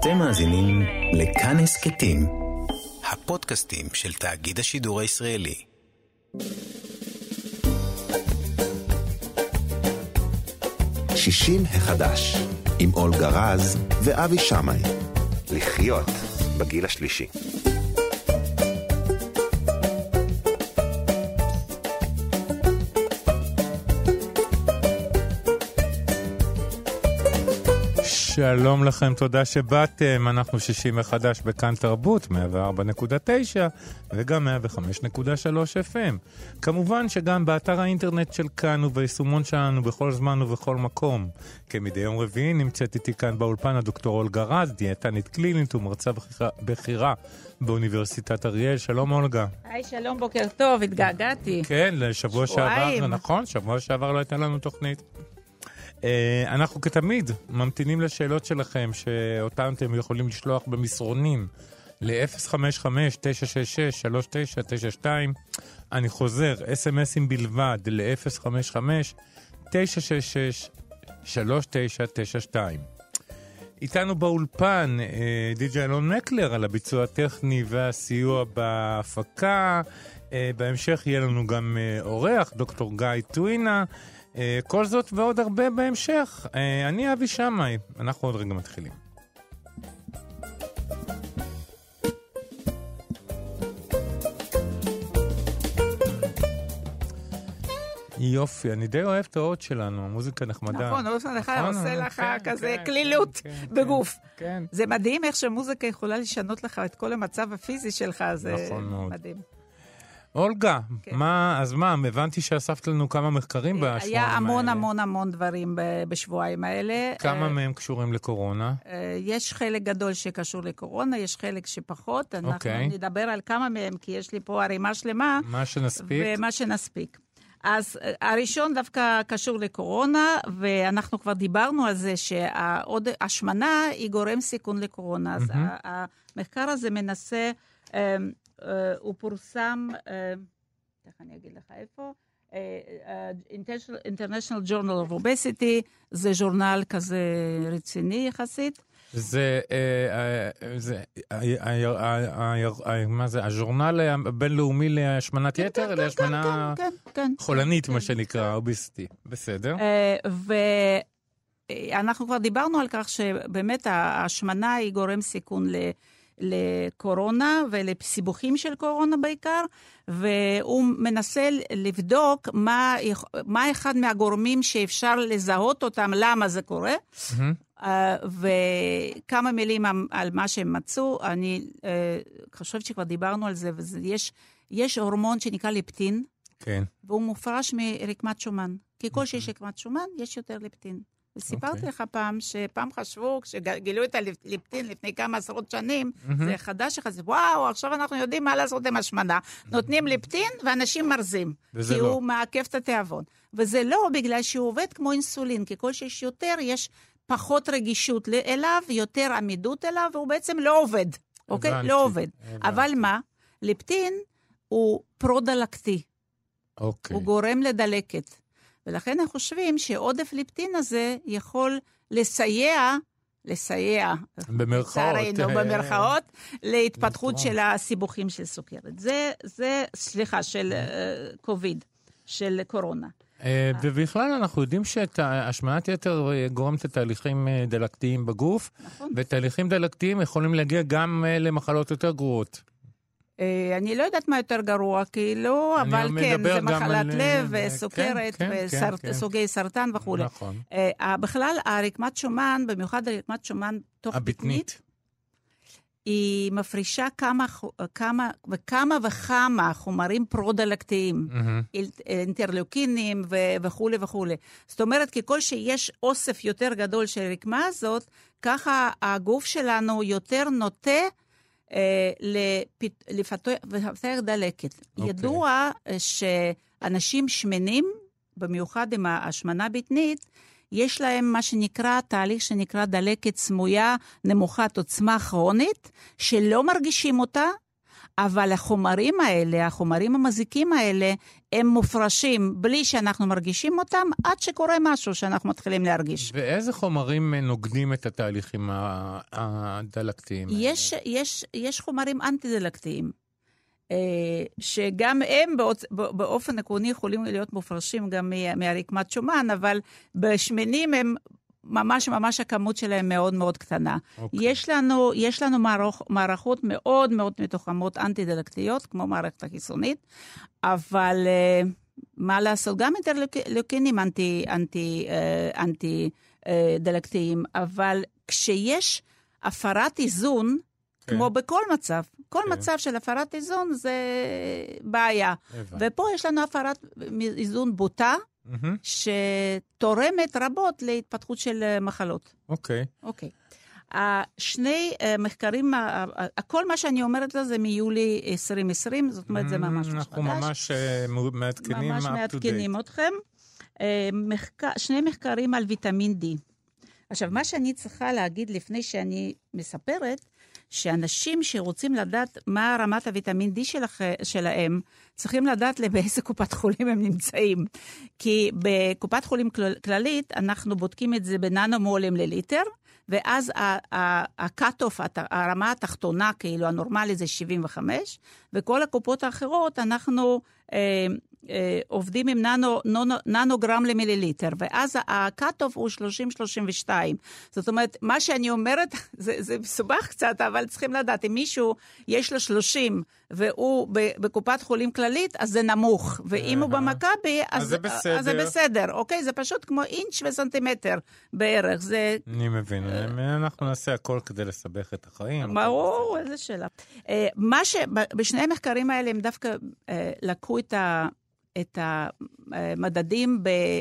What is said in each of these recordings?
אתם מאזינים לכאן הסכתים, הפודקאסטים של תאגיד השידור הישראלי. שישים החדש, עם אולגה רז ואבי שמאי. לחיות בגיל השלישי. שלום לכם, תודה שבאתם. אנחנו 60 מחדש בכאן תרבות, 104.9 וגם 105.3 FM. כמובן שגם באתר האינטרנט של כאן וביישומון שלנו בכל זמן ובכל מקום. כמדי יום רביעי נמצאת איתי כאן באולפן הדוקטור אולגה רז, דיאטנית קלינית ומרצה בכירה באוניברסיטת אריאל. שלום אולגה. היי, שלום, בוקר טוב, התגעגעתי. כן, לשבוע שעבר, נכון, שבוע שעבר לא הייתה לנו תוכנית. אנחנו כתמיד ממתינים לשאלות שלכם שאותן אתם יכולים לשלוח במסרונים ל-055-966-3992. אני חוזר, SMSים בלבד ל-055-966-3992. איתנו באולפן די.ג'יי אלון מקלר על הביצוע הטכני והסיוע בהפקה. בהמשך יהיה לנו גם אורח, דוקטור גיא טווינה. כל זאת ועוד הרבה בהמשך. אני אבי שמאי, אנחנו עוד רגע מתחילים. יופי, אני די אוהב את האות שלנו, המוזיקה נחמדה. נכון, עושה לך כזה כלילות בגוף. זה מדהים איך שמוזיקה יכולה לשנות לך את כל המצב הפיזי שלך, זה מדהים. אולגה, אז מה, הבנתי שאספת לנו כמה מחקרים בשבועיים האלה. היה המון דברים בשבועיים האלה. כמה מהם קשורים לקורונה? יש חלק גדול שקשור לקורונה, יש חלק שפחות. אנחנו נדבר על כמה מהם, כי יש לי פה ערימה שלמה. מה שנספיק. ומה שנספיק. אז הראשון דווקא קשור לקורונה, ואנחנו כבר דיברנו על זה שהשמנה היא גורם סיכון לקורונה. אז המחקר הזה מנסה... הוא פורסם, איך אני אגיד לך איפה, International Journal of Obesity, זה ז'ורנל כזה רציני יחסית. מה זה, הז'ורנל הבינלאומי להשמנת יתר, להשמנה חולנית, מה שנקרא, אוביסטי. בסדר. ואנחנו כבר דיברנו על כך שבאמת ההשמנה היא גורם סיכון לקורונה ולסיבוכים של קורונה בעיקר, והוא מנסה לבדוק מה אחד מהגורמים שאפשר לזהות אותם, למה זה קורה, וכמה מילים על מה שהם מצאו. אני חושבת שכבר דיברנו על זה, יש הורמון שנקרא לפטין, והוא מופרש מרקמת שומן, כי כל שיש רקמת שומן יש יותר לפטין. וסיפרתי לך פעם, שפעם חשבו, כשגילו את הליפטין לפני כמה עשרות שנים, זה חדש לך, זה וואו, עכשיו אנחנו יודעים מה לעשות עם השמנה. נותנים ליפטין ואנשים מרזים, כי הוא מעכב את התיאבון. וזה לא בגלל שהוא עובד כמו אינסולין, כי כל שיש יותר, יש פחות רגישות אליו, יותר עמידות אליו, והוא בעצם לא עובד. אוקיי? לא עובד. אבל מה? ליפטין הוא פרו-דלקתי. הוא גורם לדלקת. ולכן אנחנו חושבים שעודף ליפטין הזה יכול לסייע, במרכאות, להתפתחות של הסיבוכים של סוכרת. זה של קוביד, של קורונה. ובכלל אנחנו יודעים שהשמנת יתר גורמת לתהליכים דלקתיים בגוף, ותהליכים דלקתיים יכולים להגיע גם למחלות יותר גרועות. אני לא יודעת מה יותר גרוע, כאילו, אבל כן, זה מחלת לב וסוכרת וסוגי סרטן וכו'. נכון. בכלל, הרקמת שומן, במיוחד הרקמת שומן תוך בטנית, היא מפרישה כמה וכמה חומרים פרו-דלקתיים, אינטרלוקינים וכו' וכו'. זאת אומרת, ככל שיש אוסף יותר גדול של הרקמה הזאת, ככה הגוף שלנו יותר נוטה לפתח דלקת. ידוע שאנשים שמנים, במיוחד עם ההשמנה בטנית, יש להם מה שנקרא, תהליך שנקרא דלקת סמויה, נמוכת עוצמה כרונית, שלא מרגישים אותה, אבל החומרים האלה, החומרים המזיקים האלה, הם מופרשים בלי שאנחנו מרגישים אותם, עד שקורה משהו שאנחנו מתחילים להרגיש. ואיזה חומרים נוגדים את התהליכים הדלקתיים האלה? יש חומרים אנטי-דלקתיים, שגם הם באופן עקרוני יכולים להיות מופרשים גם מהרקמת שומן, אבל בשמנים הם ממש הכמות שלהם מאוד מאוד קטנה. יש לנו מערכות מאוד מאוד מתוחמות אנטי-דלקתיות, כמו מערכת החיסונית, אבל מה לעשות? גם אינטרלוקינים אנטי-דלקתיים, אבל כשיש הפרת איזון, כמו בכל מצב, כל מצב של הפרת איזון זה בעיה. ופה יש לנו הפרת איזון בוטה, שתורמת רבות להתפתחות של מחלות. אוקיי. שני מחקרים, כל מה שאני אומרת לו זה מיולי 2020, זאת אומרת זה ממש חדש. אנחנו ממש מעדכנים אתכם. שני מחקרים על ויטמין D. עכשיו, מה שאני צריכה להגיד לפני שאני מספרת, שאנשים שרוצים לדעת מה רמת הוויטמין D שלהם, צריכים לדעת באיזה קופת חולים הם נמצאים. כי בקופת חולים כללית, אנחנו בודקים את זה בננומולים לליטר, ואז הקאט-אוף, הרמה התחתונה, כאילו הנורמלי זה 75, וכל הקופות האחרות אנחנו עובדים עם ננוגרם למיליליטר, ואז הקאט-אוף הוא 30-32. זאת אומרת, מה שאני אומרת, זה מסובך קצת, אבל צריכים לדעת, אם מישהו יש לו 30, והוא בקופת חולים כללית, אז זה נמוך. ואם הוא במכבי, אז זה בסדר. אוקיי? זה פשוט כמו אינץ' וסנטימטר בערך. אני מבין. אנחנו נעשה הכל כדי לסבך את החיים. ברור, איזה שאלה. בשני המחקרים האלה הם דווקא לקחו את המדדים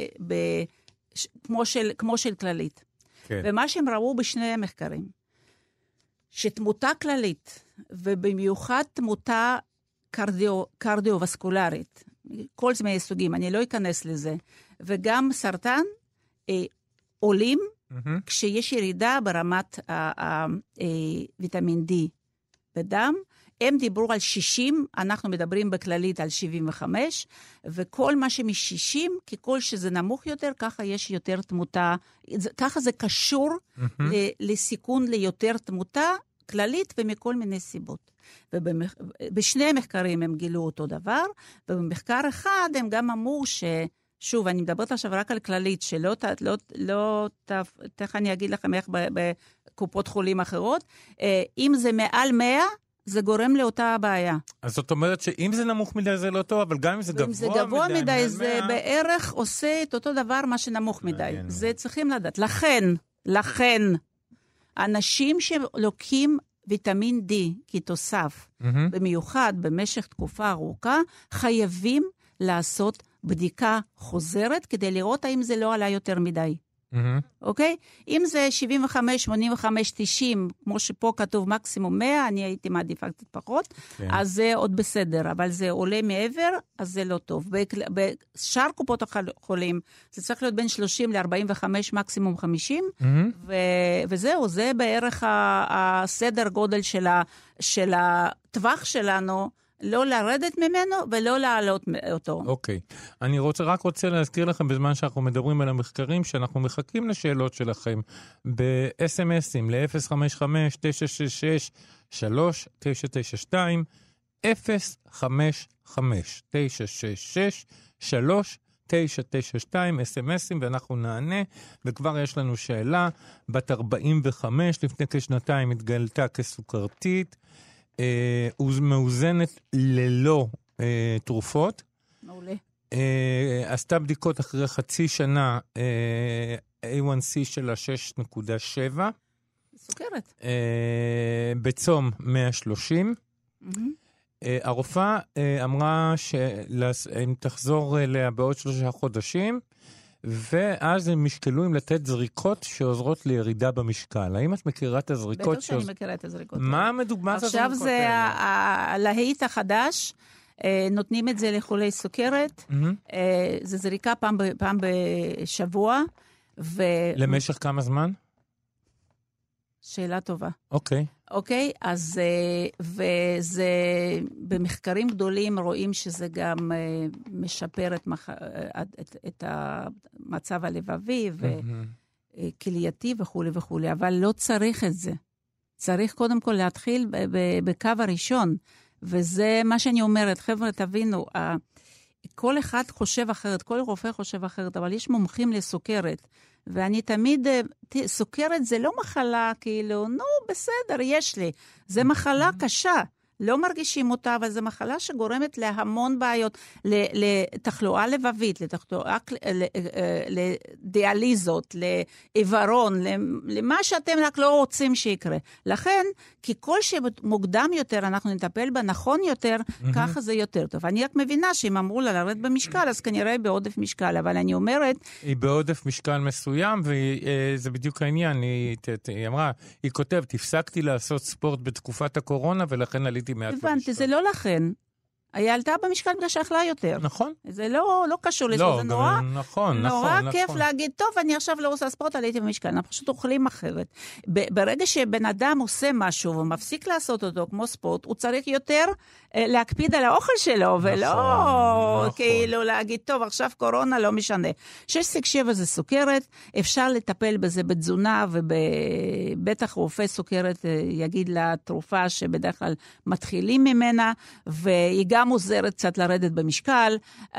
כמו של כללית. ומה שהם ראו בשני המחקרים, שתמותה כללית, ובמיוחד תמותה קרדיו-וסקולרית, כל מיני סוגים, אני לא אכנס לזה, וגם סרטן עולים, כשיש ירידה ברמת ויטמין D בדם, הם דיברו על 60, אנחנו מדברים בכללית על 75, וכל מה שמ-60, ככל שזה נמוך יותר, ככה יש יותר תמותה, ככה זה קשור לסיכון ליותר תמותה כללית ומכל מיני סיבות. ובשני המחקרים הם גילו אותו דבר, ובמחקר אחד הם גם אמרו שוב, אני מדברת עכשיו רק על כללית, שלא, תכף אני אגיד לכם איך בקופות חולים אחרות, אם זה מעל 100, זה גורם לאותה הבעיה. אז זאת אומרת שאם זה נמוך מדי זה לא טוב, אבל גם אם זה גבוה מדי... אם זה גבוה מדי, זה בערך עושה את אותו דבר מה שנמוך מדי. זה צריכים לדעת. לכן, אנשים שלוקים ויטמין D כתוסף, במיוחד במשך תקופה ארוכה, חייבים לעשות בדיקה חוזרת, כדי לראות האם זה לא עלה יותר מדי. אוקיי? אם זה 75, 85, 90, כמו שפה כתוב מקסימום 100, אני הייתי מעדיפה קצת פחות, אז זה עוד בסדר, אבל זה עולה מעבר, אז זה לא טוב. בשאר קופות החולים, זה צריך להיות בין 30 ל-45, מקסימום 50, וזהו, זה בערך הסדר גודל של הטווח שלנו, לא לרדת ממנו ולא לעלות אותו. אוקיי. אני רק רוצה להזכיר לכם בזמן שאנחנו מדברים על המחקרים, שאנחנו מחכים לשאלות שלכם ב-SMSים ל-055-966-3992, 055-966-3992, SMSים, ואנחנו נענה, וכבר יש לנו שאלה, בת 45, לפני כשנתיים התגלתה כסוכרתית, מאוזנת ללא תרופות. מעולה. עשתה בדיקות אחרי חצי שנה, A1C שלה 6.7. סוכרת. בצום 130. הרופאה אמרה שאם תחזור אליה בעוד 3 חודשים, ואז הם משקלו אם לתת זריקות שעוזרות לירידה במשקל. האם את מכירה את הזריקות? בטח שאני מכירה את הזריקות. מה מדוגמת הזריקות האלה? עכשיו זה הלהיט החדש, נותנים את זה לחולי סוכרת, זה זריקה פעם בשבוע. למשך כמה זמן? שאלה טובה. אוקיי. אוקיי, אז, וזה, במחקרים גדולים רואים שזה גם משפר את המצב הלבבי וכלייתי וכו' וכו', אבל לא צריך את זה. צריך קודם כל להתחיל בקו הראשון, וזה מה שאני אומרת, חבר'ה, תבינו, כל אחד חושב אחרת, כל רופא חושב אחרת, אבל יש מומחים לסוכרת, ואני תמיד, סוכרת זה לא מחלה, כאילו, נו, בסדר, יש לי. זה מחלה קשה. לא מרגישים אותה, אבל זו מחלה שגורמת להמון בעיות, לתחלואה לבבית, לדיאליזות, לעיוורון, למה שאתם רק לא רוצים שיקרה. לכן, ככל שמוקדם יותר אנחנו נטפל בה נכון יותר, ככה זה יותר טוב. אני רק מבינה שאם אמרו לה לרדת במשקל, אז כנראה בעודף משקל, אבל אני אומרת... היא בעודף משקל מסוים, וזה בדיוק העניין. היא אמרה, היא כותבת, הפסקתי לעשות ספורט בתקופת הקורונה, ולכן עליתי מעט במשקל. הבנתי, זה לא לכן. היא עלתה במשקל בגלל שאכלה יותר. נכון. זה לא קשור לזה, זה נורא, נכון, נורא כיף להגיד, טוב, אני עכשיו לא עושה ספורט, עליתי במשקל, אנחנו פשוט אוכלים אחרת. ברגע שבן אדם עושה משהו ומפסיק לעשות אותו כמו ספורט, הוא צריך יותר להקפיד על האוכל שלו, ולא כאילו להגיד, טוב, עכשיו קורונה, לא משנה. 6.7 זה סוכרת, אפשר לטפל בזה בתזונה, ובטח רופא סוכרת יגיד לה תרופה שבדרך כלל מתחילים ממנה, והיא גם עוזרת קצת לרדת במשקל,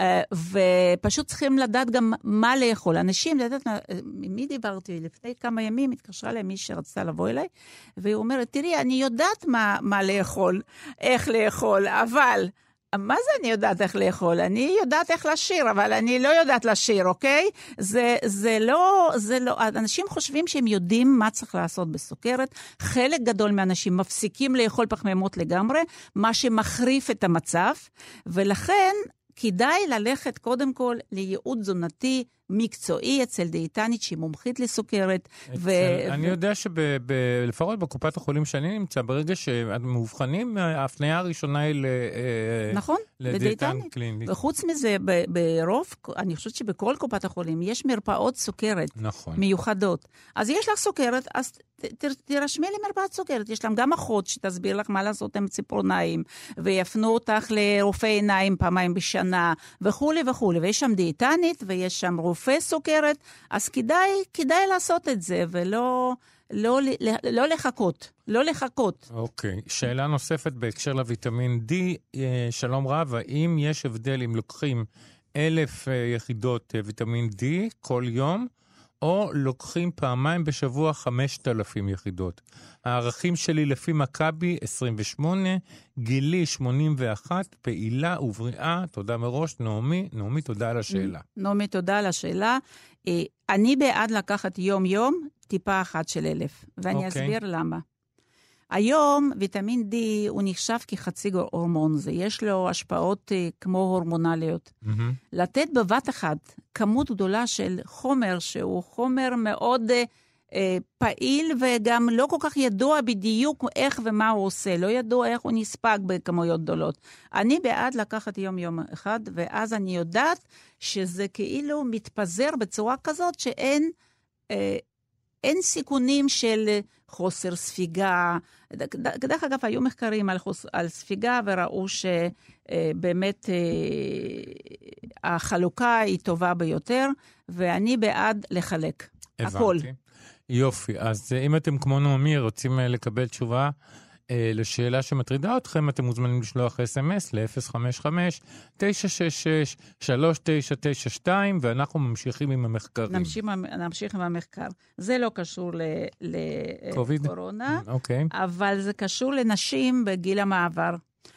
ופשוט צריכים לדעת גם מה לאכול. אנשים, מי דיברתי? לפני כמה ימים התקשרה למי שרצתה לבוא אליי, והיא אומרת, תראי, אני יודעת מה לאכול, איך לאכול, אבל... מה זה אני יודעת איך לאכול? אני יודעת איך לשיר, אבל אני לא יודעת לשיר, אוקיי? זה לא, אנשים חושבים שהם יודעים מה צריך לעשות בסוכרת. חלק גדול מהאנשים מפסיקים לאכול פחמימות לגמרי, מה שמחריף את המצב, ולכן כדאי ללכת קודם כל לייעוד תזונתי מקצועי אצל דיאטנית שהיא מומחית לסוכרת. אני יודע שלפחות בקופת החולים שאני נמצא, ברגע שמאובחנים, ההפניה הראשונה היא לדיאטנית קלינית. וחוץ מזה, ברוב, אני חושבת שבכל קופת החולים יש מרפאות סוכרת מיוחדות. אז יש לך סוכרת, אז תירשמי למרפאת סוכרת. יש להם גם אחות שתסביר לך מה לעשות עם ציפורניים, ויפנו אותך לרופא עיניים פעמיים בשנה, וכו' וכו'. ויש שם דיאטנית, ויש שם רופא סוכרת, אז כדאי לעשות את זה, ולא לא לחכות. לא לחכות. אוקיי. שאלה נוספת בהקשר לויטמין D, שלום רב, האם יש הבדל אם לוקחים 1,000 יחידות ויטמין D כל יום, או לוקחים פעמיים בשבוע 5,000 יחידות. הערכים שלי לפי מכבי 28, גילי 81, פעילה ובריאה, תודה מראש, נעמי, תודה על השאלה. נעמי, תודה על השאלה. אני בעד לקחת יום טיפה אחת של 1,000, ואני אסביר למה. היום ויטמין D הוא נחשב כחצי הורמון, זה יש לו השפעות כמו הורמונליות. לתת בבת אחת כמות גדולה של חומר, שהוא חומר מאוד פעיל וגם לא כל כך ידוע בדיוק איך ומה הוא עושה, לא ידוע איך הוא נספק בכמויות גדולות. אני בעד לקחת יום אחד, ואז אני יודעת שזה כאילו מתפזר בצורה כזאת שאין אין סיכונים של חוסר ספיגה. דרך אגב, היו מחקרים על ספיגה וראו שבאמת החלוקה היא טובה ביותר, ואני בעד לחלק. הבנתי. הכל. יופי, אז אם אתם כמו נעמי רוצים לקבל תשובה לשאלה שמטרידה אתכם, אתם מוזמנים לשלוח SMS ל-055-966-3992, ואנחנו ממשיכים עם המחקרים. נמשיך עם המחקר. זה לא קשור לקורונה, אבל זה קשור לנשים בגיל המעבר.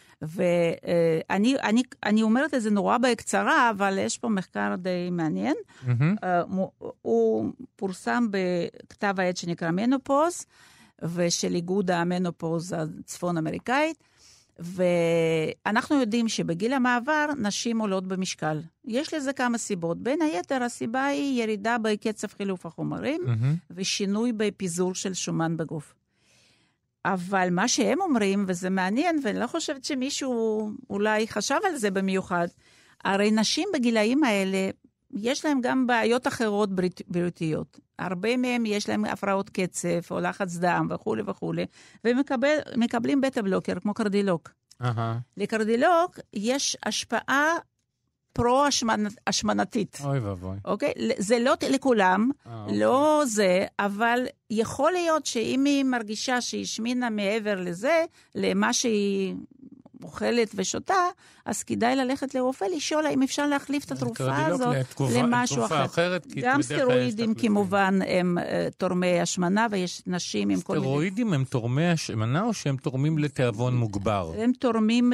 ואני אומרת את זה נורא בקצרה, אבל יש פה מחקר די מעניין. הוא פורסם בכתב העת שנקרא מנופוז, ושל איגוד המנופוז הצפון אמריקאית, ואנחנו יודעים שבגיל המעבר נשים עולות במשקל. יש לזה כמה סיבות. בין היתר הסיבה היא ירידה בקצב חילוף החומרים, ושינוי בפיזור של שומן בגוף. אבל מה שהם אומרים, וזה מעניין, ואני לא חושבת שמישהו אולי חשב על זה במיוחד, הרי נשים בגילאים האלה יש להם גם בעיות אחרות בריאותיות. הרבה מהם יש להם הפרעות קצב, או לחץ דם, וכו' וכו', ומקבלים בטא בלוקר, כמו קרדילוק. לקרדילוק יש השפעה פרו-השמנתית. אוי ואבוי. אוקיי? זה לא לכולם, לא זה, אבל יכול להיות שאם היא מרגישה שהיא שמינה מעבר לזה, למה שהיא אוכלת ושותה, אז כדאי ללכת לרופא, לשאול אם אפשר להחליף את התרופה הזאת למשהו אחר. גם סטרואידים כמובן הם תורמי השמנה, ויש נשים עם כל מיני... סטרואידים הם תורמי השמנה או שהם תורמים לתיאבון מוגבר? הם תורמים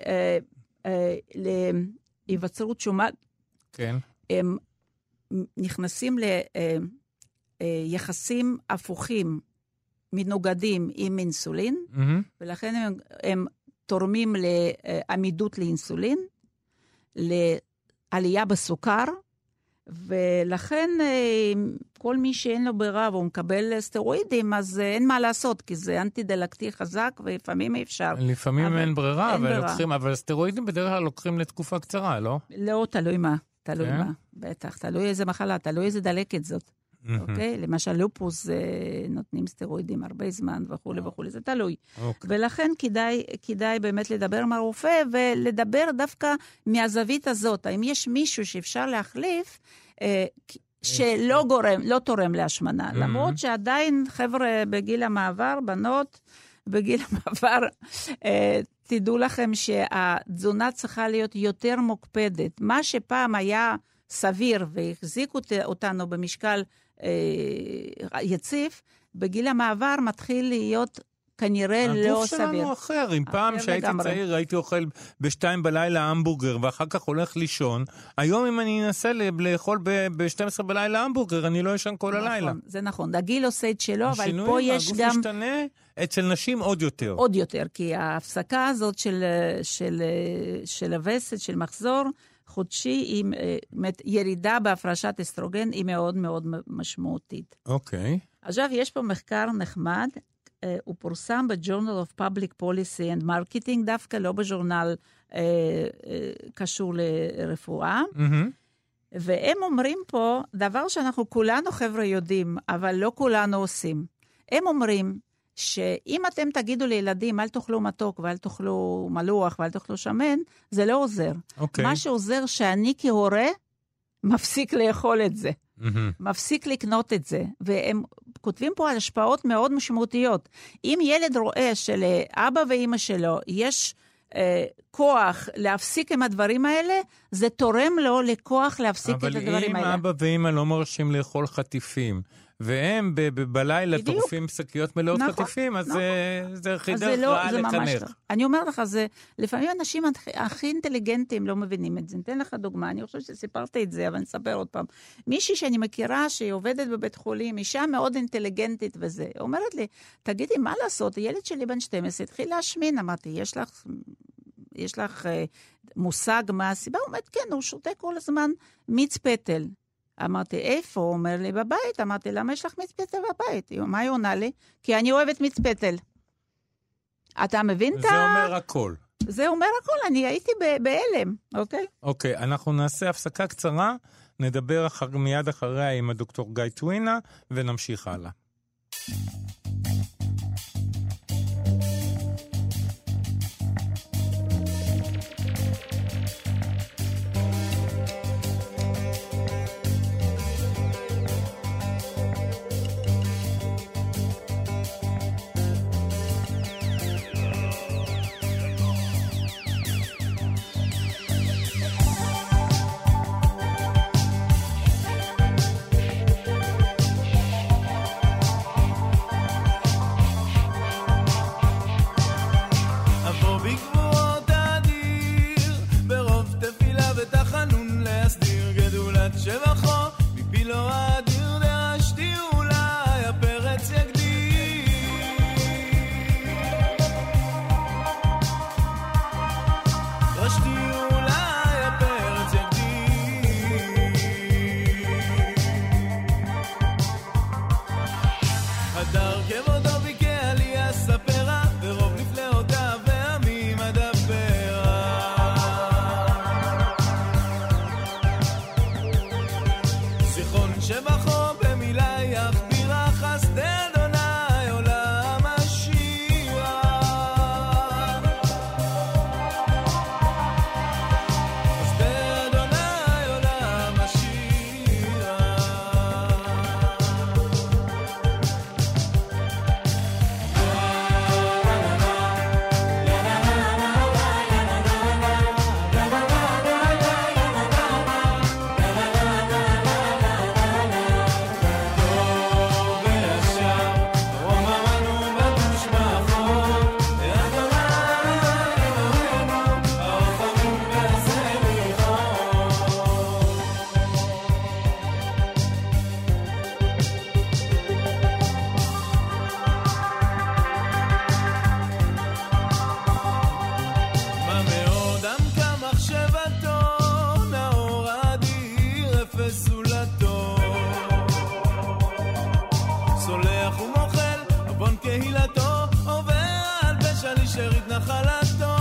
להיווצרות שומן. כן. הם נכנסים ליחסים הפוכים, מנוגדים עם אינסולין, ולכן הם תורמים לעמידות לאינסולין, לעלייה בסוכר, ולכן כל מי שאין לו ברירה והוא מקבל סטרואידים, אז אין מה לעשות, כי זה אנטי-דלקתי חזק, ולפעמים אפשר. לפעמים אין ברירה, אבל סטרואידים בדרך כלל לוקחים לתקופה קצרה, לא? לא, תלוי מה. תלוי מה, בטח. תלוי איזה מחלה, תלוי איזה דלקת זאת. אוקיי? למשל לופוס נותנים סטרואידים הרבה זמן וכו' וכו', זה תלוי. ולכן כדאי באמת לדבר עם הרופא, ולדבר דווקא מהזווית הזאת. האם יש מישהו שאפשר להחליף, שלא תורם להשמנה. למרות שעדיין חבר'ה בגיל המעבר, בנות בגיל המעבר, תדעו לכם שהתזונה צריכה להיות יותר מוקפדת. מה שפעם היה סביר והחזיק אותנו במשקל יציב, בגיל המעבר מתחיל להיות כנראה לא סביר. הגוף שלנו אחר. אם פעם שהייתי צעיר הייתי אוכל ב-2 בלילה המבורגר, ואחר כך הולך לישון, היום אם אני אנסה לאכול ב-12 בלילה המבורגר, אני לא ישן כל הלילה. זה נכון. הגיל עושה את שלו, אבל פה יש גם... הגוף משתנה אצל נשים עוד יותר. עוד יותר, כי ההפסקה הזאת של הווסת, של מחזור חודשי, עם ירידה בהפרשת אסטרוגן, היא מאוד מאוד משמעותית. אוקיי. עכשיו, יש פה מחקר נחמד, הוא פורסם ב-Journal of Public Policy and Marketing, דווקא לא בז'ורנל קשור לרפואה. והם אומרים פה דבר שאנחנו כולנו חבר'ה יודעים, אבל לא כולנו עושים. הם אומרים שאם אתם תגידו לילדים, אל תאכלו מתוק ואל תאכלו מלוח ואל תאכלו שמן, זה לא עוזר. מה שעוזר שאני כהורה מפסיק לאכול את זה. מפסיק לקנות את זה. והם כותבים פה על השפעות מאוד משמעותיות. אם ילד רואה שלאבא ואמא שלו יש כוח להפסיק עם הדברים האלה, זה תורם לו לכוח להפסיק את הדברים האלה. אבל אם אבא ואמא לא מרשים לאכול חטיפים, והם בלילה טורפים שקיות מלאות חטיפים, אז זה חידך רעה לחנך. אני אומר לך, לפעמים אנשים הכי אינטליגנטים לא מבינים את זה. ניתן לך דוגמה, אני חושבת שסיפרתי את זה, אבל נספר עוד פעם. מישהי שאני מכירה שהיא עובדת בבית חולים, אישה מאוד אינטליגנטית וזה, אומרת לי, תגידי, מה לעשות? הילד שלי בן 12 התחיל להשמין, אמרתי, יש לך מושג מה הסיבה? הוא אומר, כן, הוא שותה כל הזמן מיץ פטל. אמרתי, איפה? הוא אומר לי, בבית. אמרתי, למה יש לך מיץ פטל בבית? מה היא עונה לי? כי אני אוהבת מיץ פטל. אתה מבין? זה אומר הכל. זה אומר הכל, אני הייתי בהלם, אוקיי? אוקיי, אנחנו נעשה הפסקה קצרה, נדבר מיד אחריה עם הדוקטור גיא טווינה, ונמשיך הלאה. איתו, עובר על פשע לשארית נחלתו.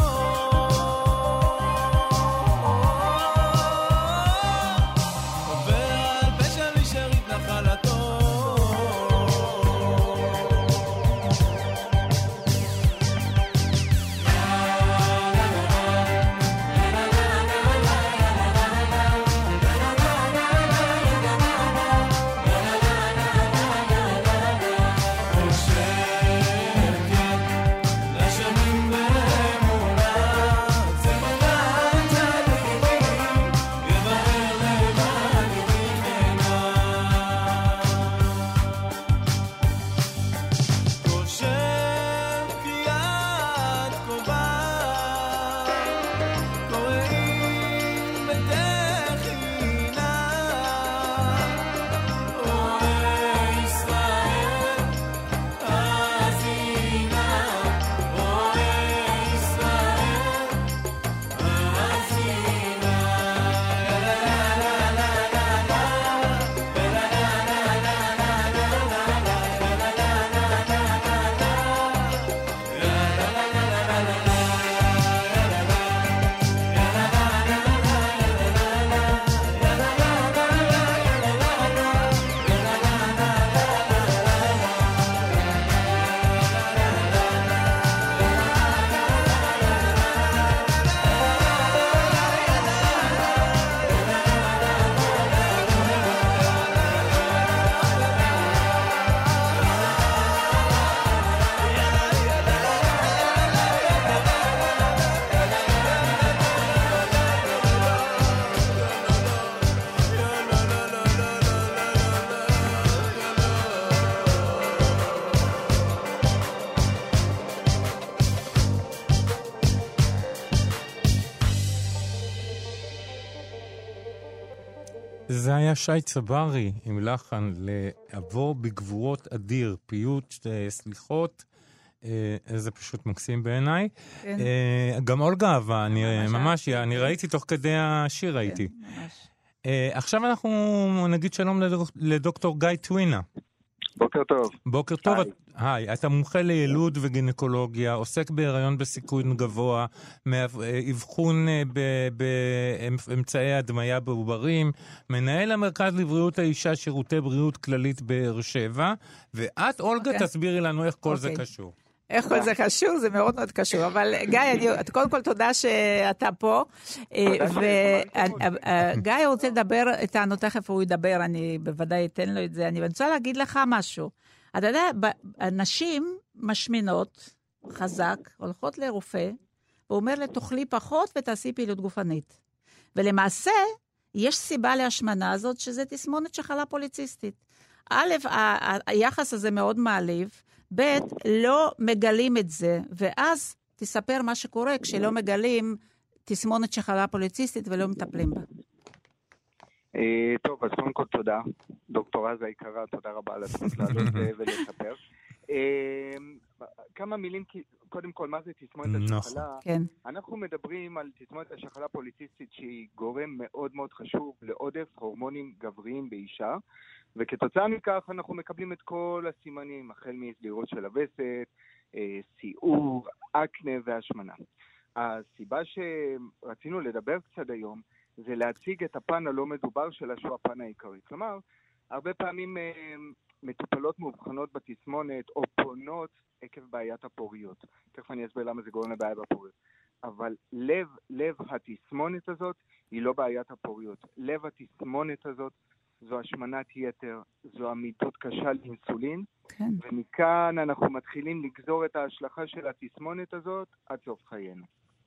זה היה שי צברי עם לחן לעבור בגבורות אדיר, פיוט, סליחות, זה פשוט מקסים בעיניי. כן. גם אולגה אהבה, אני ראיתי תוך כדי השיר הייתי. עכשיו אנחנו נגיד שלום לדוקטור גיא טווינה. בוקר טוב. בוקר טוב. היי, אתה מומחה לילוד וגינקולוגיה, עוסק בהיריון בסיכון גבוה, אבחון באמצעי הדמיה בעוברים, מנהל המרכז לבריאות האישה, שירותי בריאות כללית באר שבע, ואת, אולגה, תסבירי לנו איך כל זה קשור. איך כל זה קשור? זה מאוד מאוד קשור. אבל גיא, קודם כל תודה שאתה פה. וגיא רוצה לדבר איתנו, תכף הוא ידבר, אני בוודאי אתן לו את זה. אני רוצה להגיד לך משהו. אתה יודע, נשים משמינות, חזק, הולכות לרופא, והוא אומר לה, תאכלי פחות ותעשי פעילות גופנית. ולמעשה, יש סיבה להשמנה הזאת, שזה תסמונת שחלה פוליציסטית. א', היחס הזה מאוד מעליב, ב', לא מגלים את זה, ואז תספר מה שקורה כשלא מגלים תסמונת שחלה פוליציסטית ולא מטפלים בה. טוב, אז קודם כל תודה. דוקטור עזה יקרה, תודה רבה על הזכות לעלות ולספר. כמה מילים, קודם כל, מה זה תסמונת השחלה? כן. אנחנו מדברים על תסמונת השחלה פוליציסטית שהיא גורם מאוד מאוד חשוב לעודף הורמונים גבריים באישה, וכתוצאה מכך אנחנו מקבלים את כל הסימנים, החל מסדירות של הווסת, סיעור, אקנה והשמנה. הסיבה שרצינו לדבר קצת היום, זה להציג את הפן הלא מדובר שלה, שהוא הפן העיקרי. כלומר, הרבה פעמים מטופלות מאובחנות בתסמונת או פונות עקב בעיית הפוריות. תכף אני אסביר למה זה גורם לבעיה בפוריות. אבל לב התסמונת הזאת היא לא בעיית הפוריות. לב התסמונת הזאת זו השמנת יתר, זו עמידות קשה לאינסולין, כן. ומכאן אנחנו מתחילים לגזור את ההשלכה של התסמונת הזאת עד סוף חיינו.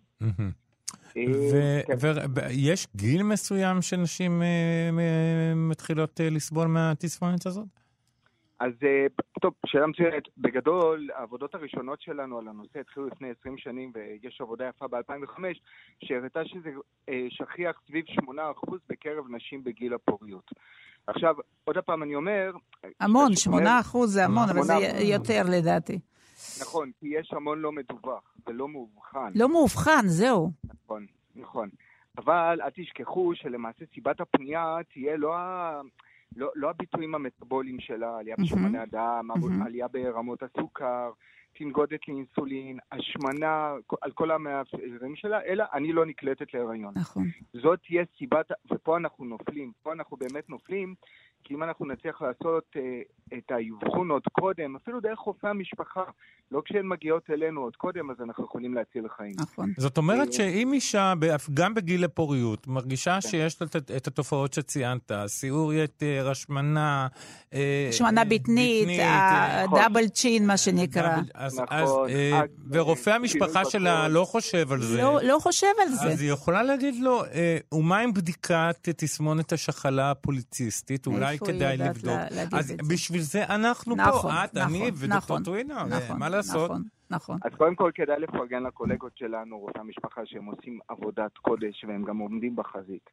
ויש גיל מסוים שנשים מתחילות לסבול מהתסמונת הזאת? אז טוב, שאלה מצוינת. בגדול, העבודות הראשונות שלנו על הנושא התחילו לפני 20 שנים, ויש עבודה יפה ב-2005, שהראתה שזה שכיח סביב 8% בקרב נשים בגיל הפוריות. עכשיו, עוד הפעם אני אומר... המון, 8% זה המון, אבל זה יותר לדעתי. נכון, כי יש המון לא מדווח ולא מאובחן. לא מאובחן, זהו. נכון. אבל אל תשכחו שלמעשה סיבת הפנייה תהיה לא הביטויים המטאבוליים שלה, עלייה בשומני הדם, עלייה ברמות הסוכר, תנגודת לאינסולין, השמנה, על כל המאפיינים שלה, אלא אני לא נקלטת להיריון. נכון. זאת תהיה סיבת, ופה אנחנו נופלים, פה אנחנו באמת נופלים, כי אם אנחנו נצליח לעשות את האבחון עוד קודם, אפילו דרך רופא המשפחה, לא כשהן מגיעות אלינו עוד קודם, אז אנחנו יכולים להציל חיים. נכון. זאת אומרת שאם אישה, גם בגיל הפוריות, מרגישה שיש את התופעות שציינת, סיעור יתר, השמנה, השמנה בטנית, דאבל צ'ין, מה שנקרא. נכון. ורופא המשפחה שלה לא חושב על זה. לא חושב על זה. אז היא יכולה להגיד לו, ומה עם בדיקת תסמונת השחלה הפוליציסטית? אולי כדאי לבדוק. אז בשביל זה אנחנו פה, את, אני ודוקטור טווינה, מה לעשות? נכון. אז קודם כל כדאי לפרגן לקולגות שלנו, רופאי המשפחה, שהם עושים עבודת קודש והם גם עומדים בחזית.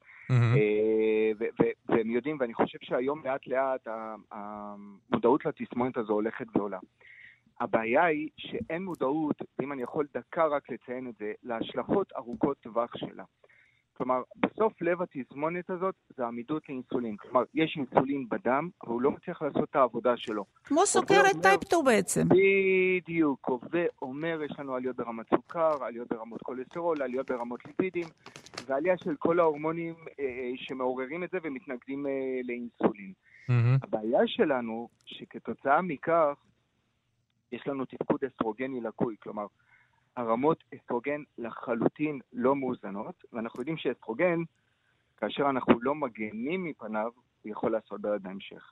והם יודעים, ואני חושב שהיום לאט לאט המודעות לתסמונת הזו הולכת ועולה. הבעיה היא שאין מודעות, אם אני יכול דקה רק לציין את זה, להשלכות ארוכות טווח שלה. כלומר, בסוף לב התסמונת הזאת זה עמידות לאינסולין. כלומר, יש אינסולין בדם, אבל הוא לא מצליח לעשות את העבודה שלו. כמו סוכרת טייפ 2 בעצם. בדיוק, ואומר, יש לנו עליות ברמת סוכר, עליות ברמות כולסטרול, עליות ברמות ליפידים, ועלייה של כל ההורמונים שמעוררים את זה ומתנגדים לאינסולין. הבעיה שלנו, שכתוצאה מכך, יש לנו תפקוד אסטרוגני לקוי, כלומר, הרמות אסטרוגן לחלוטין לא מאוזנות, ואנחנו יודעים שאסטרוגן, כאשר אנחנו לא מגנים מפניו, הוא יכול לעשות בעיות בהמשך.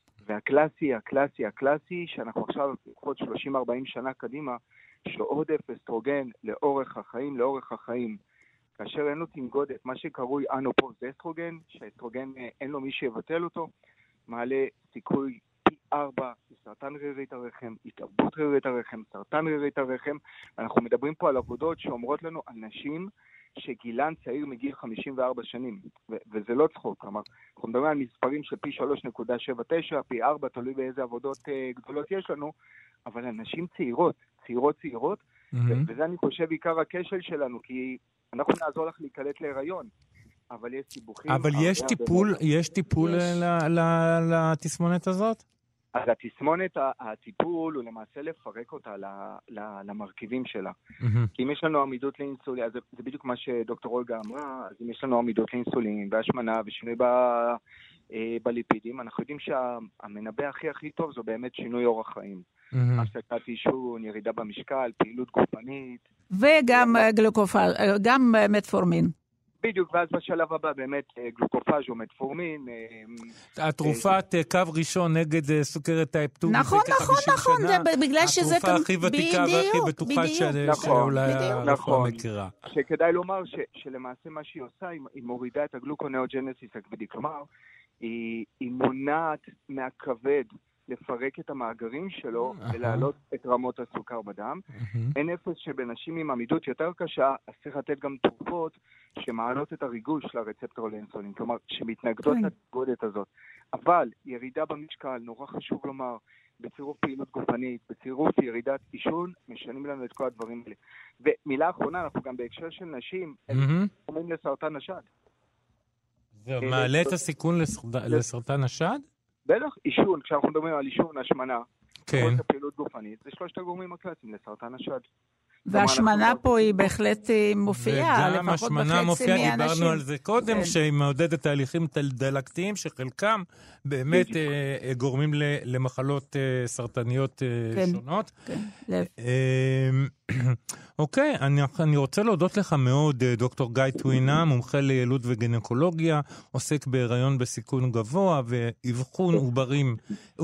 והקלאסי, שאנחנו עכשיו לפחות 30-40 שנה קדימה, שעודף אסטרוגן לאורך החיים, כאשר אין לו תנגודת, מה שקרוי אנופוז אסטרוגן, שהאסטרוגן אין לו מי שיבטל אותו, מעלה סיכוי פי 4 סרטן רירית הרחם, התאבדות רירית הרחם, סרטן רירית הרחם. אנחנו מדברים פה על עבודות שאומרות לנו על נשים שגילן צעיר מגיל 54 שנים, וזה לא צחוק, כלומר, אנחנו מדברים על מספרים של פי 3.79, פי 4, תלוי באיזה עבודות גדולות יש לנו, אבל אנשים צעירות, וזה אני חושב עיקר הכשל שלנו, כי אנחנו נעזור לך להיקלט להיריון, אבל יש סיבוכים. אבל יש טיפול לתסמונת הזאת? אז התסמונת, הטיפול הוא למעשה לפרק אותה למרכיבים שלה. כי אם יש לנו עמידות לאינסולין, אז זה בדיוק מה שדוקטור אולגה אמרה, אז אם יש לנו עמידות לאינסולין והשמנה ושינוי בליפידים, אנחנו יודעים שהמנבא הכי טוב זו באמת שינוי אורח חיים. הפסקת עישון, ירידה במשקל, פעילות גופנית. וגם גם מטפורמין. בדיוק, ואז בשלב הבא באמת גלוקופאז' או מטפורמין. התרופת קו ראשון נגד סוקרת טייפ 2. נכון, בגלל שזה... התרופה הכי ותיקה והכי בטוחה שאולי הרפואה מכירה. שכדאי לומר שלמעשה מה שהיא עושה, היא מורידה את הגלוקונאוג'נסיס הכבדי. כלומר, היא מונעת מהכבד לפרק את המאגרים שלו ולהעלות את רמות הסוכר בדם. אין אפס שבנשים עם עמידות יותר קשה, אז צריך לתת גם תרופות שמעלות את הריגוש לרצפטור לאינסולין, כלומר, שמתנגדות לתגודת הזאת. אבל ירידה במשקל, נורא חשוב לומר, בצירוף פעילות גופנית, בצירוף ירידת עישון, משנים לנו את כל הדברים האלה. ומילה אחרונה, אנחנו גם בהקשר של נשים, הם אומרים לסרטן השד. זה מעלה את הסיכון לסרטן השד? בטח, עישון, כשאנחנו מדברים על עישון, השמנה, כן. פעילות גופנית, זה שלושת הגורמים הקלאסיים לסרטן השד. והשמנה פה היא בהחלט מופיעה, וגם השמנה מופיעה, דיברנו על זה קודם, שהיא מעודדת תהליכים דלקתיים, שחלקם באמת גורמים למחלות סרטניות שונות. אוקיי, אני רוצה להודות לך מאוד, דוקטור גיא טווינה, מומחה לילוד וגינקולוגיה, עוסק בהיריון בסיכון גבוה, ואבחון עוברים,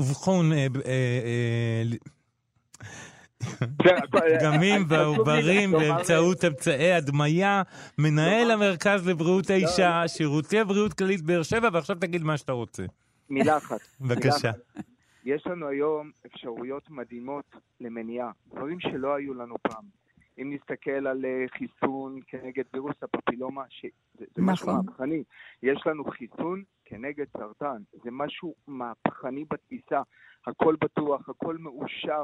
גמים ועוברים באמצעות אמצעי הדמיה, מנהל המרכז לבריאות האישה, שירותי בריאות כללית באר שבע, ועכשיו תגיד מה שאתה רוצה. מילה אחת. בבקשה. יש לנו היום אפשרויות מדהימות למניעה, דברים שלא היו לנו פעם. אם נסתכל על חיסון כנגד וירוס הפפילומה, זה משהו מהפכני. יש לנו חיסון כנגד סרטן, זה משהו מהפכני בתפיסה, הכל בטוח, הכל מאושר.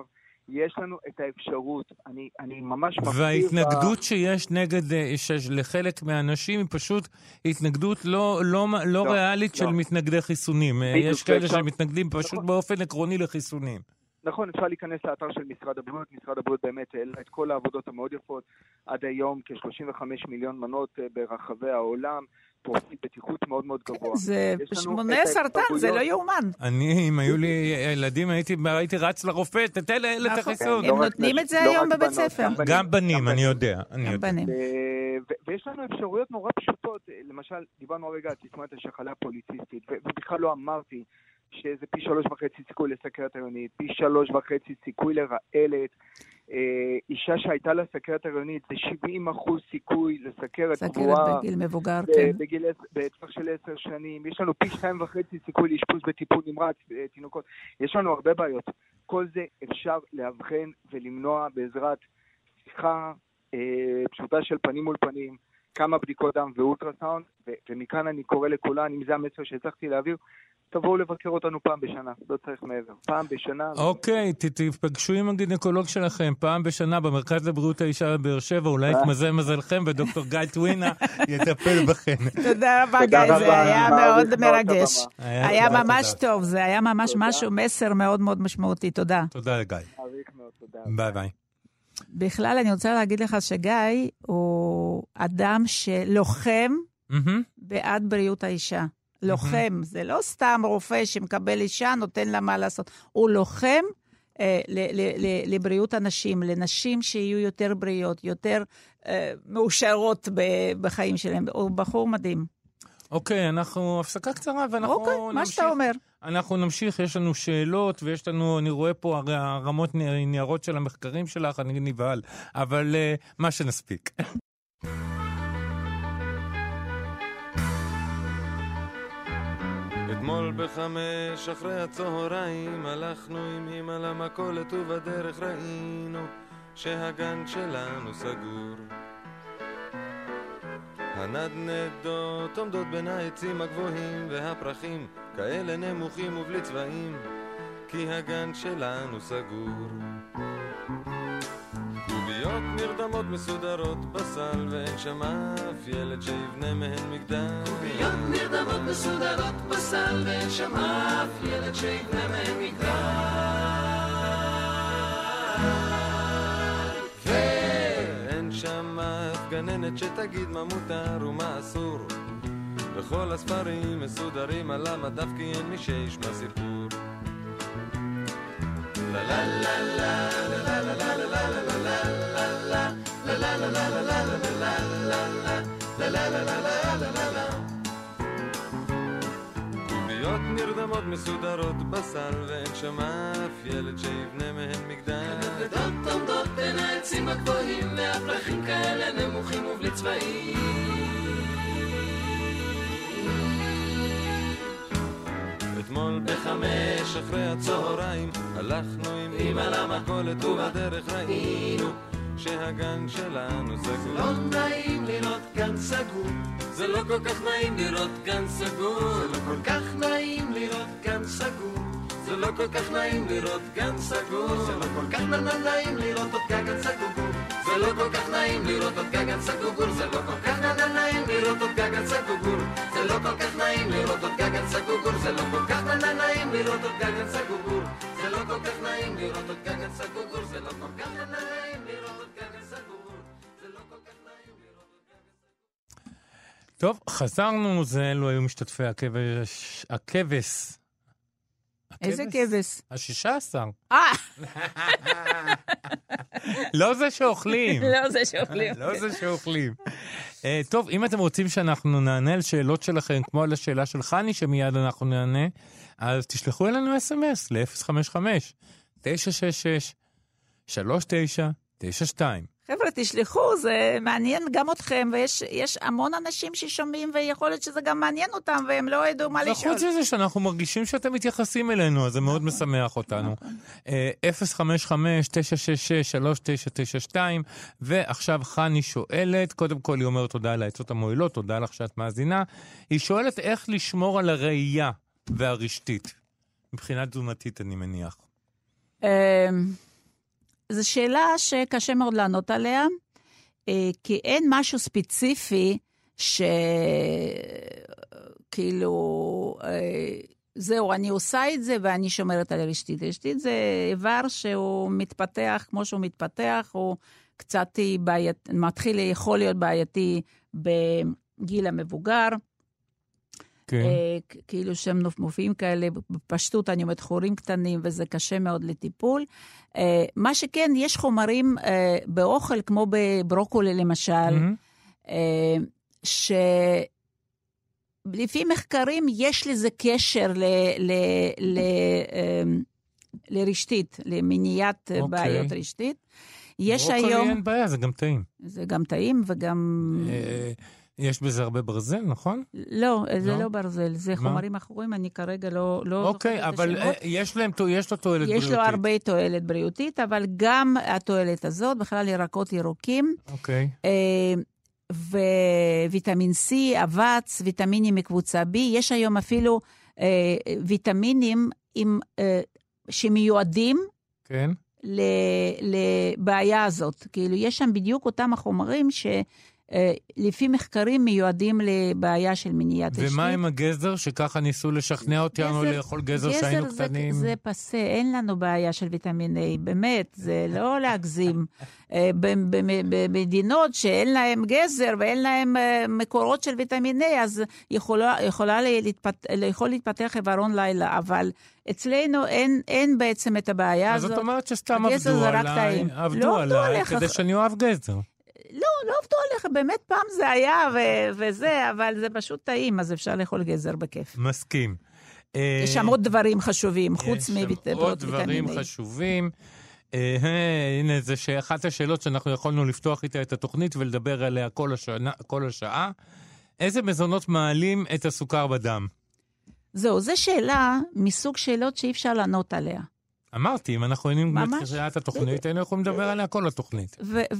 יש לנו את האפשרות, אני ממש מפתיע... וההתנגדות שיש נגד, לחלק מהאנשים, היא פשוט התנגדות לא ריאלית של מתנגדי חיסונים. יש כאלה שמתנגדים פשוט באופן עקרוני לחיסונים. נכון, אפשר להיכנס לאתר של משרד הבריאות. משרד הבריאות באמת העלה את כל העבודות המאוד יפות. עד היום כ-35 מיליון מנות ברחבי העולם. פרופיל בטיחות מאוד מאוד גבוה. זה מונע סרטן, זה לא יאומן. אם היו לי ילדים, הייתי רץ לרופא, תתן את החיסון. הם נותנים את זה היום בבית ספר. גם בנים, אני יודע. גם בנים. ויש לנו אפשרויות נורא פשוטות. למשל, דיברנו הרגע על תסמונת השחלה הפוליציסטית, ובכלל לא אמרתי שזה פי 3.5 סיכוי לסכרת הריונית, פי 3.5 סיכוי לרעלת. אישה שהייתה לה סכרת הריונית, זה 70% סיכוי לסכרת גבוהה. סכרת בגיל מבוגר, כן. בטווח של 10 שנים. יש לנו פי 2.5 סיכוי לאשפוז בטיפול נמרץ, תינוקות. יש לנו הרבה בעיות. כל זה אפשר להבחן ולמנוע בעזרת שיחה פשוטה של פנים מול פנים, כמה בדיקות דם ואולטרסאונד, ומכאן אני קורא לכולן, אם זה המסר שהצלחתי להעביר, תבואו לבקר אותנו פעם בשנה, לא צריך מעבר. פעם בשנה... אוקיי, תפגשו עם הגינקולוג שלכם פעם בשנה במרכז לבריאות האישה בבאר שבע, אולי יתמזל מזלכם ודוקטור גיא טווינה יטפל בכם. תודה רבה גיא, זה היה מאוד מרגש. היה ממש טוב, זה היה ממש משהו, מסר מאוד מאוד משמעותי. תודה. תודה לגיא. ביי ביי. בכלל אני רוצה להגיד לך שגיא הוא אדם שלוחם בעד בריאות האישה. לוחם, זה לא סתם רופא שמקבל אישה, נותן לה מה לעשות. הוא לוחם לבריאות הנשים, לנשים שיהיו יותר בריאות, יותר מאושרות בחיים שלהם. הוא בחור מדהים. אוקיי, אנחנו הפסקה קצרה ואנחנו נמשיך. אוקיי, מה שאתה אומר. אנחנו נמשיך, יש לנו שאלות ויש לנו, אני רואה פה הרמות ניירות של המחקרים שלך, אני נבהל, אבל מה שנספיק. אתמול 5 אחרי הצהריים הלכנו עם אמא למכולת ובדרך ראינו שהגן שלנו סגור. הנדנדות עומדות בין העצים הגבוהים והפרחים כאלה נמוכים ובלי צבעים כי הגן שלנו סגור. קוביות נרדמות מסודרות בסל ואין שם אף ילד שיבנה מהן מגדל. קוביות נרדמות מסודרות בסל ואין שם אף ילד שיבנה מהן מגדל. ואין שם אף גננת שתגיד מה מותר ומה אסור. וכל הספרים מסודרים על המדף כי אין מי שישמע סיפור. לה לה לה לה לה לה לה לה לה. קוביות נרדמות מסודרות בסל ואין שם אף ילד שיבנה מהן מגדל. הנדנדות עומדות בין העצים הגבוהים והפרחים כאלה נמוכים ובלי צבעים. אתמול 5 אחרי הצהריים הלכנו עם אמא למכולת ובדרך ראינו שהגן שלנו סגור. זה לא נעים לראות גן סגור, זה לא כל כך נעים לראות גן סגור. זה לא כל כך נעים לראות גן סגור, זה לא כל כך נעים לראות גן סגור. זה לא כל כך נעים לראות עוד גן סגור. זה לא כל כך נעים לראות עוד גן סגור. זה לא כל כך נעים לראות עוד גן סגור. זה לא כל כך נעים לראות עוד גן סגור. זה לא כל כך נעים לראות עוד גן סגור. זה לא כל כך נעים לראות עוד גן סגור. זה לא כל כך נעים לראות עוד גן סגור. זה לא כל כך נעים לראות עוד גן סגור. טוב, חזרנו, זה אלו היו משתתפי הכבש. איזה כבש? 16. לא זה שאוכלים. לא זה שאוכלים. לא זה שאוכלים. טוב, אם אתם רוצים שאנחנו נענה על שאלות שלכם, כמו על השאלה של חני, שמיד אנחנו נענה, אז תשלחו אלינו SMS ל-055-966-3992. חבר'ה, תשלחו, זה מעניין גם אתכם, ויש המון אנשים ששומעים, ויכול להיות שזה גם מעניין אותם, והם לא ידעו מה לשאול. חוץ מזה שאנחנו מרגישים שאתם מתייחסים אלינו, אז זה מאוד משמח אותנו. 055-966-3992, ועכשיו חני שואלת, קודם כל היא אומרת תודה על העצות המועילות, תודה לך שאת מאזינה, היא שואלת איך לשמור על הראייה והרשתית, מבחינה תזונתית אני מניח. זו שאלה שקשה מאוד לענות עליה, כי אין משהו ספציפי שכאילו, זהו, אני עושה את זה ואני שומרת על הרשתית. הרשתית זה איבר שהוא מתפתח כמו שהוא מתפתח, הוא קצת מתחיל, יכול להיות בעייתי בגיל המבוגר. כן. כאילו שהם מופיעים כאלה, בפשטות אני אומרת חורים קטנים, וזה קשה מאוד לטיפול. מה שכן, יש חומרים באוכל, כמו בברוקולי למשל, שלפי מחקרים יש לזה קשר לרשתית, למניעת בעיות רשתית. ברוקולי אין בעיה, זה גם טעים. זה גם טעים וגם... יש בזה הרבה ברזל, נכון? לא, זה לא ברזל, זה חומרים אחרים, אני כרגע לא... אוקיי, אבל יש לו תועלת בריאותית. יש לו הרבה תועלת בריאותית, אבל גם התועלת הזאת, בכלל ירקות ירוקים. אוקיי. וויטמין C, אבץ, ויטמינים מקבוצה B, יש היום אפילו ויטמינים שמיועדים כן. לבעיה הזאת. כאילו, יש שם בדיוק אותם החומרים לפי מחקרים מיועדים לבעיה של מניעת רשתית. ומה עם הגזר, שככה ניסו לשכנע אותנו לאכול גזר שהיינו קטנים? זה פסה, אין לנו בעיה של ויטמין A, באמת, זה לא להגזים. במדינות שאין להם גזר ואין להם מקורות של ויטמין A, אז יכול להתפתח עיוורון לילה, אבל אצלנו אין בעצם את הבעיה הזאת. אז זאת אומרת שסתם עבדו עליי, כדי שאני אוהב גזר. לא עבדו עליך, באמת פעם זה היה וזה, אבל זה פשוט טעים, אז אפשר לאכול גזר בכיף. מסכים. יש שם עוד דברים חשובים, חוץ מוויטמין A. יש שם עוד דברים חשובים. הנה, זה אחת השאלות שאנחנו יכולנו לפתוח איתה את התוכנית ולדבר עליה כל השעה. איזה מזונות מעלים את הסוכר בדם? זהו, זו שאלה מסוג שאלות שאי אפשר לענות עליה. אמרתי, אם אנחנו היינו מתחילה את התוכנית, היינו יכולים לדבר עליה כל התוכנית.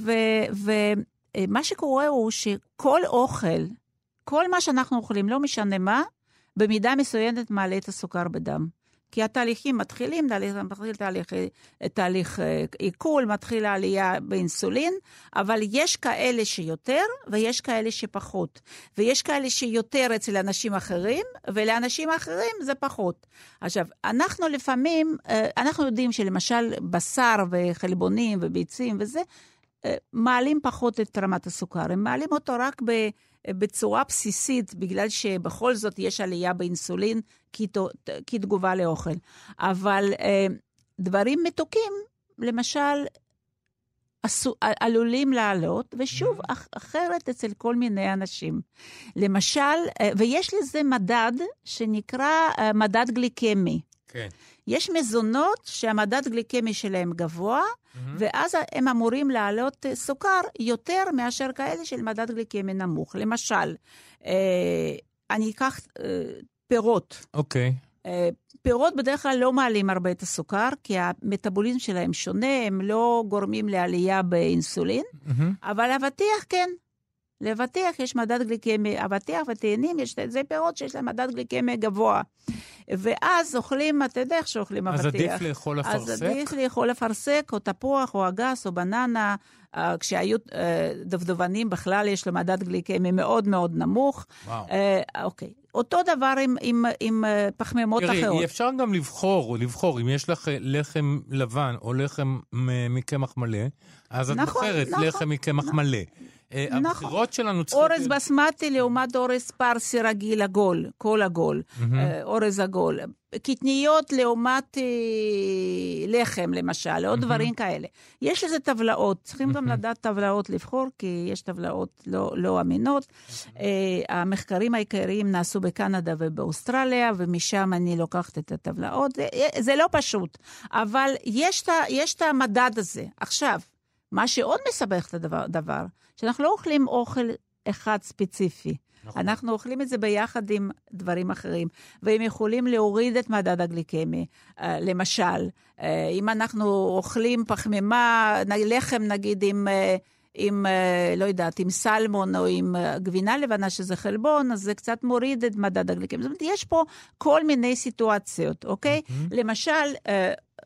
ומה שקורה הוא שכל אוכל, כל מה שאנחנו אוכלים, לא משנה מה, במידה מסוימת מעלה את הסוכר בדם. כי התהליכים מתחילים, תהליך עיכול, מתחיל העלייה באינסולין, אבל יש כאלה שיותר ויש כאלה שפחות. ויש כאלה שיותר אצל אנשים אחרים, ולאנשים אחרים זה פחות. עכשיו, אנחנו לפעמים, אנחנו יודעים שלמשל בשר וחלבונים וביצים וזה, מעלים פחות את רמת הסוכר. הם מעלים אותו רק בצורה בסיסית, בגלל שבכל זאת יש עלייה באינסולין כתגובה לאוכל. אבל דברים מתוקים, למשל, עלולים לעלות, ושוב, אחרת אצל כל מיני אנשים. למשל, ויש לזה מדד שנקרא מדד גליקמי. כן. יש מזונות שהמדד גליקמי שלהם גבוה, ואז הם אמורים לעלות סוכר יותר מאשר כאלה של מדד גליקמי נמוך. למשל, אני אקח פירות. אוקיי. פירות בדרך כלל לא מעלים הרבה את הסוכר, כי המטאבוליזם שלהם שונה, הם לא גורמים לעלייה באינסולין, אבל אבטיח כן. לבטיח יש מדד גליקמי, אבטיח ותאנים, זה פירות שיש להם מדד גליקמי גבוה. ואז אוכלים, אתה יודע איך שאוכלים אבטיח. אז עדיף לאכול אפרסק? אז עדיף לאכול אפרסק, או תפוח, או אגס, או בננה. כשהיו דובדבנים בכלל יש לו מדד גליקמי מאוד מאוד נמוך. וואו. אוקיי. אותו דבר עם פחמימות אחרות. תראי, אפשר גם לבחור, אם יש לך לחם לבן או לחם מקמח מלא, אז את בוחרת לחם מקמח מלא. הבחירות שלנו צריכות... אורז בסמטי לעומת אורז פרסי רגיל עגול, כל עגול, אורז עגול. קטניות לעומת לחם למשל, עוד דברים כאלה. יש לזה טבלאות, צריכים גם לדעת טבלאות לבחור, כי יש טבלאות לא אמינות. המחקרים העיקריים נעשו בקנדה ובאוסטרליה, ומשם אני לוקחת את הטבלאות. זה לא פשוט, אבל יש את המדד הזה. עכשיו, מה שעוד מסבך את הדבר, שאנחנו לא אוכלים אוכל אחד ספציפי. אנחנו אוכלים את זה ביחד עם דברים אחרים, והם יכולים להוריד את מדד הגליקמי. למשל, אם אנחנו אוכלים פחמימה, לחם נגיד עם לא יודעת, עם סלמון או עם גבינה לבנה שזה חלבון, אז זה קצת מוריד את מדד הגליקמי. זאת אומרת, יש פה כל מיני סיטואציות, אוקיי? למשל,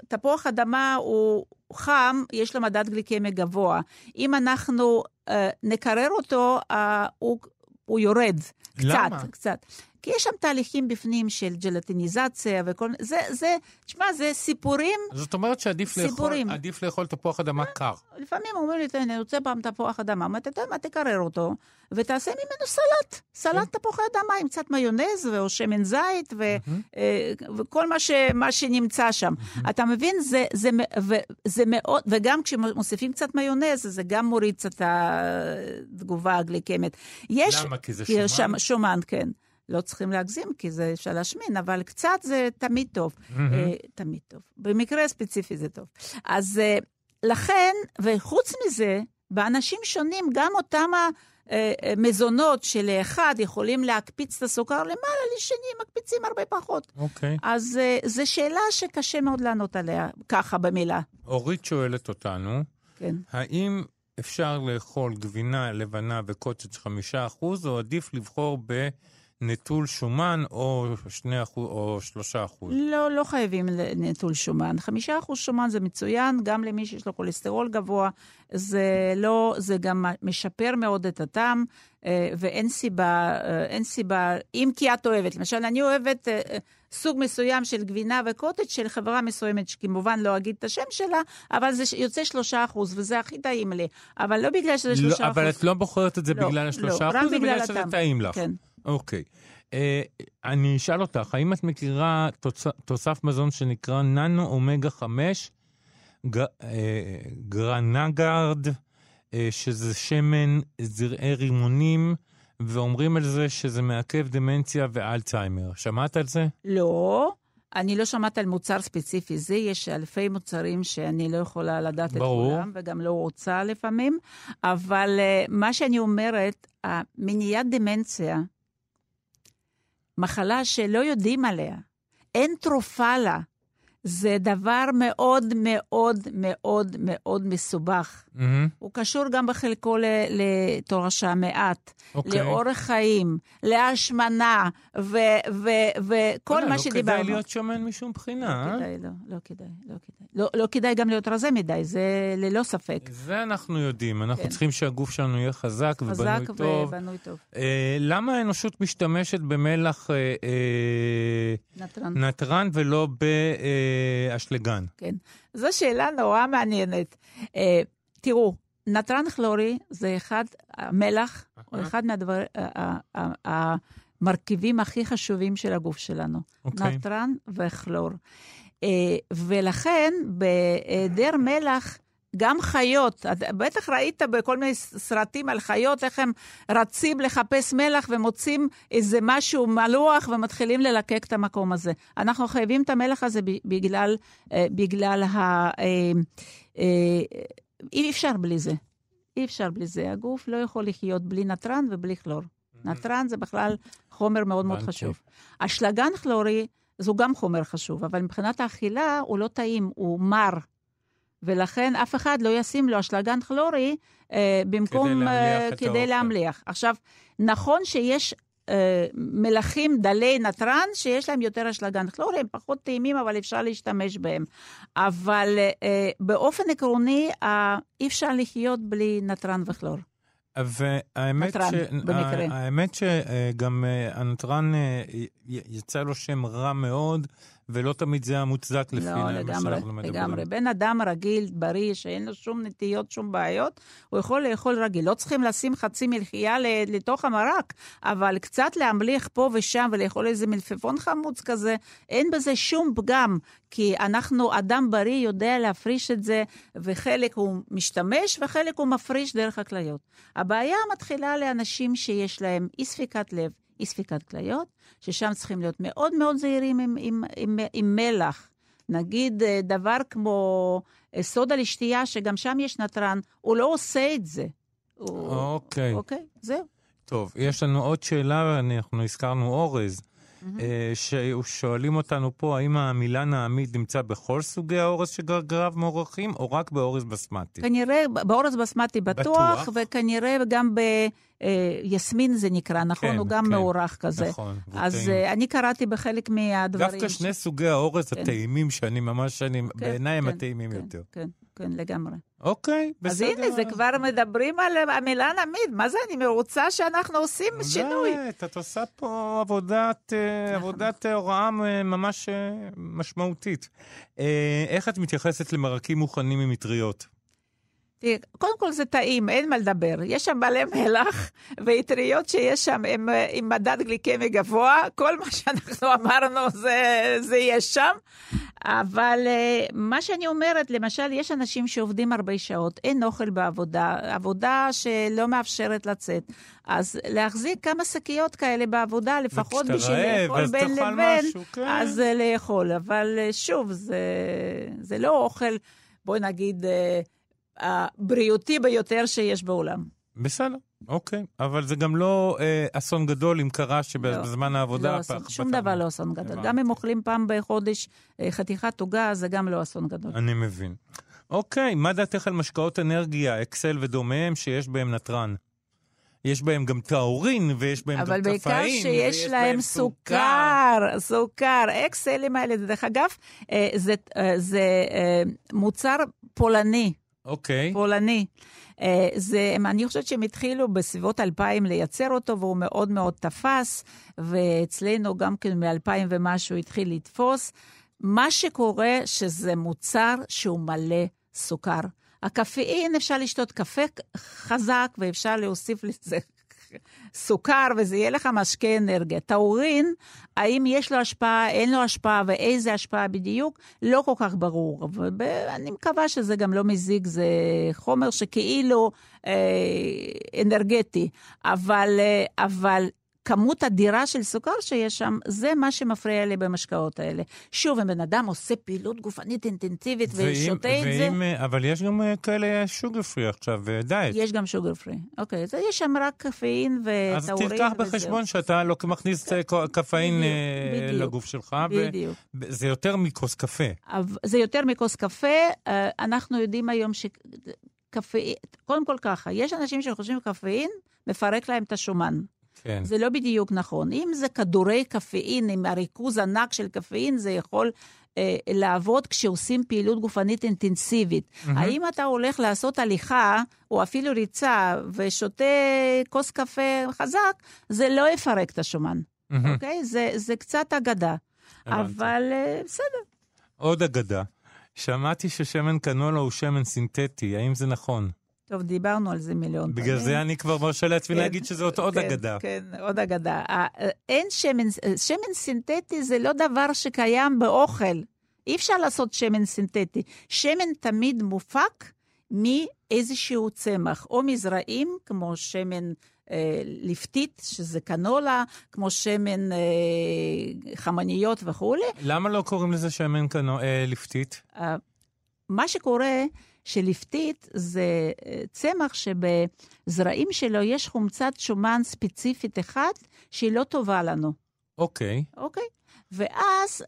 תפוח אדמה הוא חם, יש לו מדד גליקמי גבוה. אם אנחנו נקרר אותו, הוא יורד. למה? קצת. כי יש שם תהליכים בפנים של ג'לטיניזציה וכל... תשמע, זה סיפורים. זאת אומרת שעדיף לאכול תפוח אדמה קר. לפעמים אומרים לי, אני רוצה פעם תפוח אדמה, מה תקרר אותו, ותעשה ממנו סלט תפוח אדמה, עם קצת מיונז, או שמן זית, וכל מה שנמצא שם. אתה מבין, זה מאוד, וגם כשמוסיפים קצת מיונז, זה גם מוריד קצת התגובה הגליקמית. למה? כי זה שומן? שומן, כן. לא צריכים להגזים, כי זה אפשר להשמין, אבל קצת זה תמיד טוב. תמיד טוב. במקרה ספציפי זה טוב. אז לכן, וחוץ מזה, באנשים שונים, גם אותם המזונות שלאחד יכולים להקפיץ את הסוכר למעלה, לשני מקפיצים הרבה פחות. אוקיי. אז זו שאלה שקשה מאוד לענות עליה, ככה במילה. אורית שואלת אותנו, כן. האם אפשר לאכול גבינה לבנה וקוטג' 5%, או עדיף לבחור נטול שומן או 2% או 3%? לא חייבים נטול שומן. 5% שומן זה מצוין, גם למי שיש לו כולסטרול גבוה, זה גם משפר מאוד את הטעם, ואין סיבה, אם כי את אוהבת. למשל, אני אוהבת סוג מסוים של גבינה וקוטג' של חברה מסוימת, שכמובן לא אגיד את השם שלה, אבל זה יוצא 3%, וזה הכי טעים לי. אבל לא בגלל שזה 3%. אבל את לא בוחרת את זה בגלל 3%, זה בגלל שזה טעים לך. כן. אוקיי. אני אשאל אותך, האם את מכירה תוסף מזון שנקרא ננו אומגה 5, גרנגרד, שזה שמן זרעי רימונים, ואומרים על זה שזה מעכב דמנציה ואלצהיימר. שמעת על זה? לא. אני לא שמעת על מוצר ספציפי זה, יש אלפי מוצרים שאני לא יכולה לדעת את כולם, וגם לא רוצה לפעמים, אבל מה שאני אומרת, מניעת דמנציה, מחלה שלא יודעים עליה, אין תרופה לה, זה דבר מאוד מאוד מאוד מאוד מסובך. הוא קשור גם בחלקו לתורשה מעט, לאורך חיים, להשמנה, וכל מה שדיברנו. לא כדאי להיות שומן משום בחינה. לא כדאי. לא כדאי גם להיות רזה מדי, זה ללא ספק. זה אנחנו יודעים, אנחנו צריכים שהגוף שלנו יהיה חזק ובנוי טוב. למה האנושות משתמשת במלח נתרן ולא באשלגן? כן, זו שאלה נורא מעניינת. תראו, נתרן כלורי זה המלח, הוא אחד המרכיבים הכי חשובים של הגוף שלנו. נתרן וכלור. ולכן, בהיעדר מלח, גם חיות, בטח ראית בכל מיני סרטים על חיות, איך הם רצים לחפש מלח ומוצאים איזה משהו מלוח ומתחילים ללקק את המקום הזה. אנחנו חייבים את המלח הזה בגלל אי אפשר בלי זה. אי אפשר בלי זה. הגוף לא יכול לחיות בלי נתרן ובלי כלור. נתרן זה בכלל חומר מאוד מאוד חשוב. אשלגן כלורי זו גם חומר חשוב, אבל מבחינת האכילה הוא לא טעים, הוא מר. ולכן אף אחד לא ישים לו אשלגן כלורי במקום כדי להמליח. עכשיו, נכון שיש מלחים דלי נתרן שיש להם יותר אשלגן כלורי, הם פחות טעימים, אבל אפשר להשתמש בהם. אבל באופן עקרוני, אי אפשר לחיות בלי נתרן וכלור. והאמת שגם הנתרן יצא לו שם רע מאוד, ולא תמיד זה המוצדק לפי מה שאנחנו מדברים. לגמרי. בן אדם רגיל, בריא, שאין לו שום נטיות, שום בעיות, הוא יכול לאכול רגיל. לא צריכים לשים חצי מלחייה לתוך המרק, אבל קצת להמליך פה ושם ולאכול איזה מלפפון חמוץ כזה, אין בזה שום פגם, כי אדם בריא יודע להפריש את זה, וחלק הוא משתמש וחלק הוא מפריש דרך הכליות. הבעיה מתחילה לאנשים שיש להם אי ספיקת לב, אי ספיקת כליות, ששם צריכים להיות מאוד מאוד זהירים עם מלח. נגיד דבר כמו סודה לשתייה, שגם שם יש נתרן, הוא לא עושה את זה. אוקיי. אוקיי, זהו. טוב, יש לנו עוד שאלה, אנחנו הזכרנו אורז. ששואלים אותנו פה, האם המילן העמיד נמצא בכל סוגי האורז שגרגיו מוערכים, או רק באורז בסמטי? כנראה, באורז בסמטי בטוח, וכנראה גם ביסמין זה נקרא, נכון? כן, הוא גם כן. מעורך כזה. נכון. אז אני קראתי בחלק מהדברים. דווקא שני סוגי האורז הטעימים, שאני ממש, בעיניי הם הטעימים יותר. כן, כן, לגמרי. אוקיי, בסדר. אז הנה, זה כבר מדברים על המילן עמיד. מה זה? אני מרוצה שאנחנו עושים שינוי. את עושה פה עבודת הוראה ממש משמעותית. איך את מתייחסת למרקים מוכנים ממטריות? קודם כל זה טעים, אין מה לדבר. יש שם מלא מלח, והטריות שיש שם הם עם מדד גליקמי גבוה, כל מה שאנחנו אמרנו זה יש שם. אבל מה שאני אומרת, למשל, יש אנשים שעובדים הרבה שעות, אין אוכל בעבודה, עבודה שלא מאפשרת לצאת. אז להחזיק כמה שקיות כאלה בעבודה, לפחות בשביל לאכול בין לבין, אז לאכול. אבל שוב, זה לא אוכל, בואי נגיד, הבריאותי ביותר שיש בעולם. בסדר, אוקיי. אבל זה גם לא אסון גדול אם קרה שבזמן העבודה... שום דבר לא אסון גדול. גם אם אוכלים פעם בחודש חתיכת עוגה, זה גם לא אסון גדול. אני מבין. אוקיי, מה דעתך על משקאות אנרגיה, אקסל ודומיהם שיש בהם נטרן? יש בהם גם טאורין, ויש בהם גם קפאין, אבל בעיקר שיש להם סוכר. אקסלים האלה, דרך אגב, זה מוצר פולני. אוקיי. פולני. אני חושבת שהם התחילו בסביבות 2000 לייצר אותו, והוא מאוד מאוד תפס, ואצלנו גם כן מ-2000 ומשהו התחיל לתפוס. מה שקורה שזה מוצר שהוא מלא סוכר. הקפאין אפשר לשתות קפה חזק, ואפשר להוסיף לזה סוכר, וזה יהיה לך משקה אנרגיה. טאורין, האם יש לו השפעה, אין לו השפעה, ואיזה השפעה בדיוק, לא כל כך ברור. ואני מקווה שזה גם לא מזיק, זה חומר שכאילו אנרגטי, אבל כמות אדירה של סוכר שיש שם, זה מה שמפריע לי במשקאות האלה. שוב, אם בן אדם עושה פעילות גופנית אינטנסיבית ושותה את זה... אבל יש גם כאלה שוגר פרי עכשיו, דיאט. יש גם שוגר פרי. אוקיי, אז יש שם רק קפאין וטאורין. אז תלקח בחשבון שאתה לא מכניס קפאין לגוף שלך. בדיוק. זה יותר מכוס קפה. זה יותר מכוס קפה. אנחנו יודעים היום שקפאין... קודם כל ככה, יש אנשים שחושבים קפאין, מפרק להם את השומן. כן. זה לא בדיוק נכון. אם זה כדורי קפאין, עם הריכוז ענק של קפאין, זה יכול לעבוד כשעושים פעילות גופנית אינטנסיבית. האם אתה הולך לעשות הליכה, או אפילו ריצה, ושותה כוס קפה חזק, זה לא יפרק את השומן. אוקיי? זה קצת אגדה. אבל בסדר. עוד אגדה. שמעתי ששמן קנולה הוא שמן סינתטי. האם זה נכון? טוב, דיברנו על זה מיליון פעמים. בגלל זה אני כבר מרשה לעצמי להגיד שזאת עוד אגדה. כן, עוד אגדה. אין שמן סינתטי זה לא דבר שקיים באוכל. אי אפשר לעשות שמן סינתטי. שמן תמיד מופק מאיזשהו צמח, או מזרעים, כמו שמן לפתית, שזה קנולה, כמו שמן חמניות וכו'. למה לא קוראים לזה שמן לפתית? מה שקורה... שלפתית זה צמח שבזרעים שלו יש חומצת שומן ספציפית אחת שהיא לא טובה לנו. אוקיי. אוקיי. ואז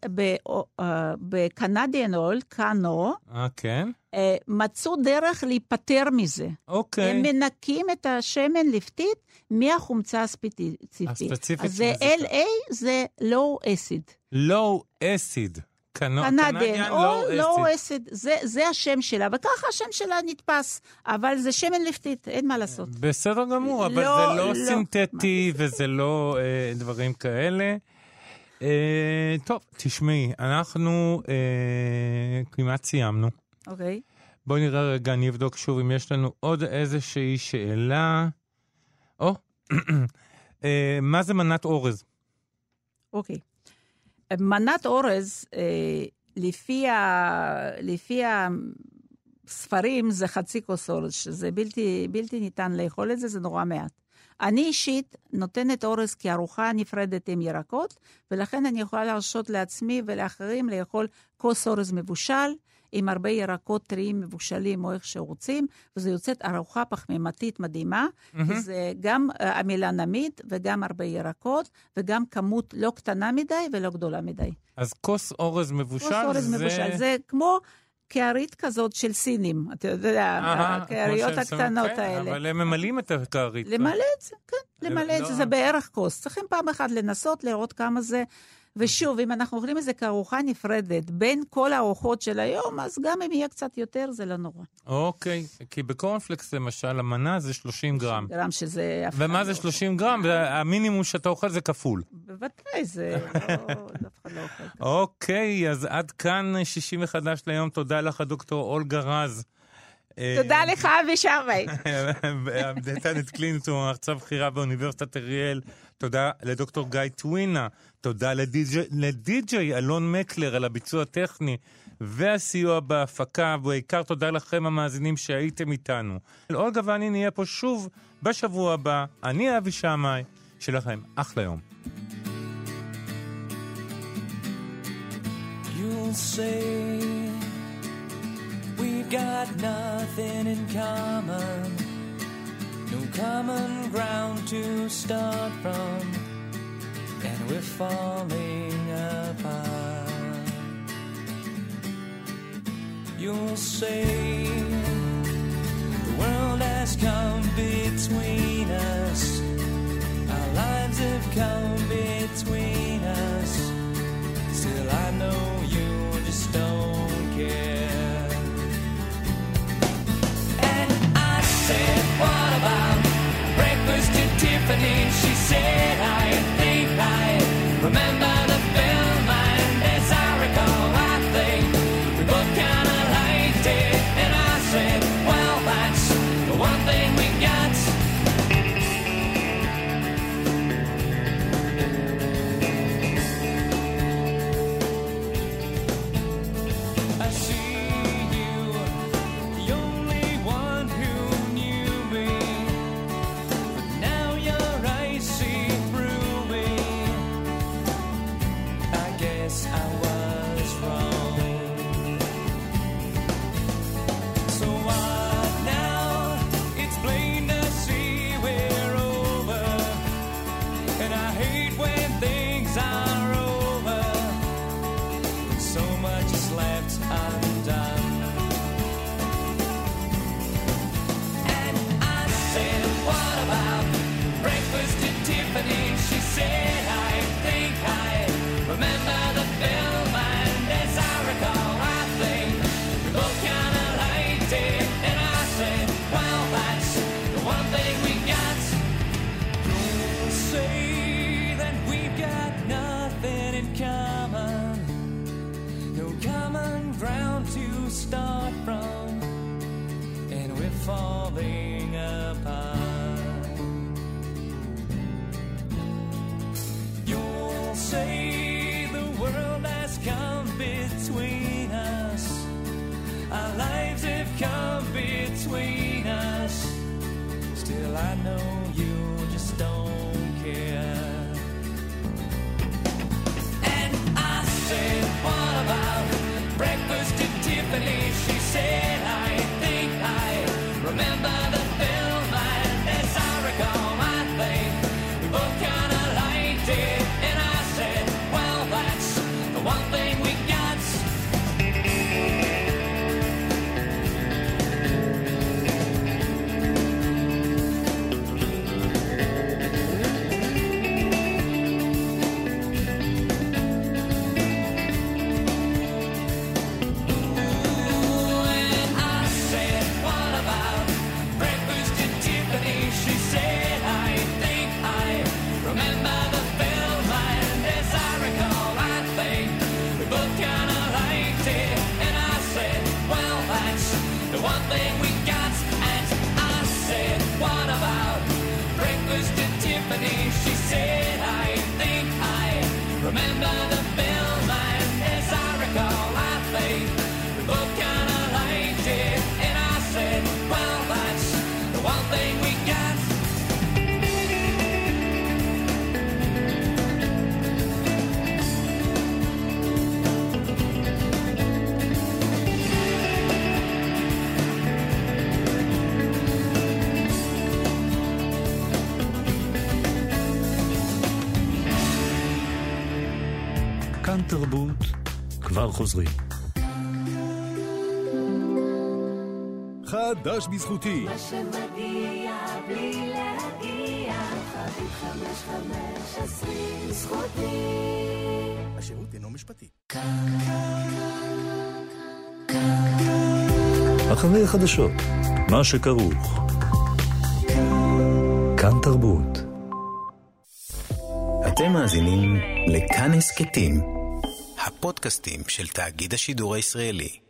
בקנדיאן אויל, קאנו, כן. מצאו דרך להיפטר מזה. אוקיי. הם מנקים את השמן לפתית מהחומצה הספציפית. הספציפית. אז זה LA זה low acid. low acid. קנדיאן או אסיד, זה השם שלה, וככה השם שלה נתפס, אבל זה שמן לפתית, אין מה לעשות. בסדר גמור, אבל זה לא סינתטי וזה לא דברים כאלה. טוב, תשמעי, אנחנו כמעט סיימנו. אוקיי. בואי נראה רגע, אני אבדוק שוב אם יש לנו עוד איזושהי שאלה. מה זה מנת אורז? אוקיי. מנת אורז, לפי הספרים, זה חצי כוס אורז, שזה בלתי ניתן לאכול את זה, זה נורא מעט. אני אישית נותנת אורז כארוחה נפרדת עם ירקות, ולכן אני יכולה להרשות לעצמי ולאחרים לאכול כוס אורז מבושל, עם הרבה ירקות טריים מבושלים או איך שרוצים, וזה יוצאת ארוחה פחמימתית מדהימה, זה גם המלנמיד וגם הרבה ירקות, וגם כמות לא קטנה מדי ולא גדולה מדי. אז כוס אורז מבושל כוס אורז מבושל, זה כמו קערית כזאת של סינים, אתה יודע, הקעריות הקטנות האלה. אבל הם ממלאים את הקערית. למלא את זה, כן, למלא את זה, זה בערך כוס. צריכים פעם אחת לנסות, לראות כמה זה, ושוב, אם אנחנו אוכלים את זה כארוחה נפרדת, בין כל הארוחות של היום, אז גם אם יהיה קצת יותר, זה לא נורא. אוקיי, כי בקורנפלקס למשל, המנה זה 30 גרם. 30 גרם שזה... ומה זה 30 גרם? המינימום שאתה אוכל זה כפול. בוודאי, זה לא אוכל. אוקיי, אז עד כאן 60 מחדש ליום. תודה לך, דוקטור אולגה רז. תודה לך, אבי שמאי. דתנת קלינט, הוא מרצה בכירה באוניברסיטת אריאל. תודה לדוקטור גיא טווינה. תודה לדי-ג'יי אלון מקלר על הביצוע הטכני והסיוע בהפקה, ובעיקר תודה לכם המאזינים שהייתם איתנו. אולגה ואני נהיה פה שוב בשבוע הבא. אני אבי שמאי, שלכם אחלה יום. You'll say we've got nothing in common, no common ground to start from, and we're falling apart. You'll say the world has come between us, our lives have come between us, still I know you just don't care. And I said, what about breakfast at Tiffany? She said, I think I remember the film, and as I recall, I think we both kind of liked it. And I said, well, that's the one thing we got. I see you, the only one who knew me, but now your eyes see through me. I guess I was wrong. So what now? It's plain to see we're over, and I hate when things are over, when so much is left undone. And I said, what about breakfast at Tiffany? She said, I think I remember the film, and as I recall, I think we both kind of liked it. And I said, well, that's the one thing we got. You'll say that we've got nothing in common, no common ground to start from, and we're falling apart. You'll say the world has come between us, our lives have come between us, still I know you just don't care. And I said, what about breakfast at Tiffany? She said, I think I remember the film, and as I recall, I think we both kind of liked it. And I said, well, that's the one thing we got. And I said, what about breakfast at Tiffany? She said, I think I remember the film, and as I recall, I think we both kind of liked it. And I said, well, that's the one thing we got. And I said, what about breakfast at Tiffany? She said, I think I remember the film, and as I recall, I think we both kind of liked it. And I said, well, that's the one thing we got. תרבות, כבר חוזרים. חדש בזכותי. מה שמגיע בלי להגיע, חביב 5520 זכותי. השירות אינו משפטי. אחרי החדשות, מה שכרוך. כאן תרבות. אתם מאזינים לכאן הסכתים, הפודקאסטים של תאגיד השידור הישראלי.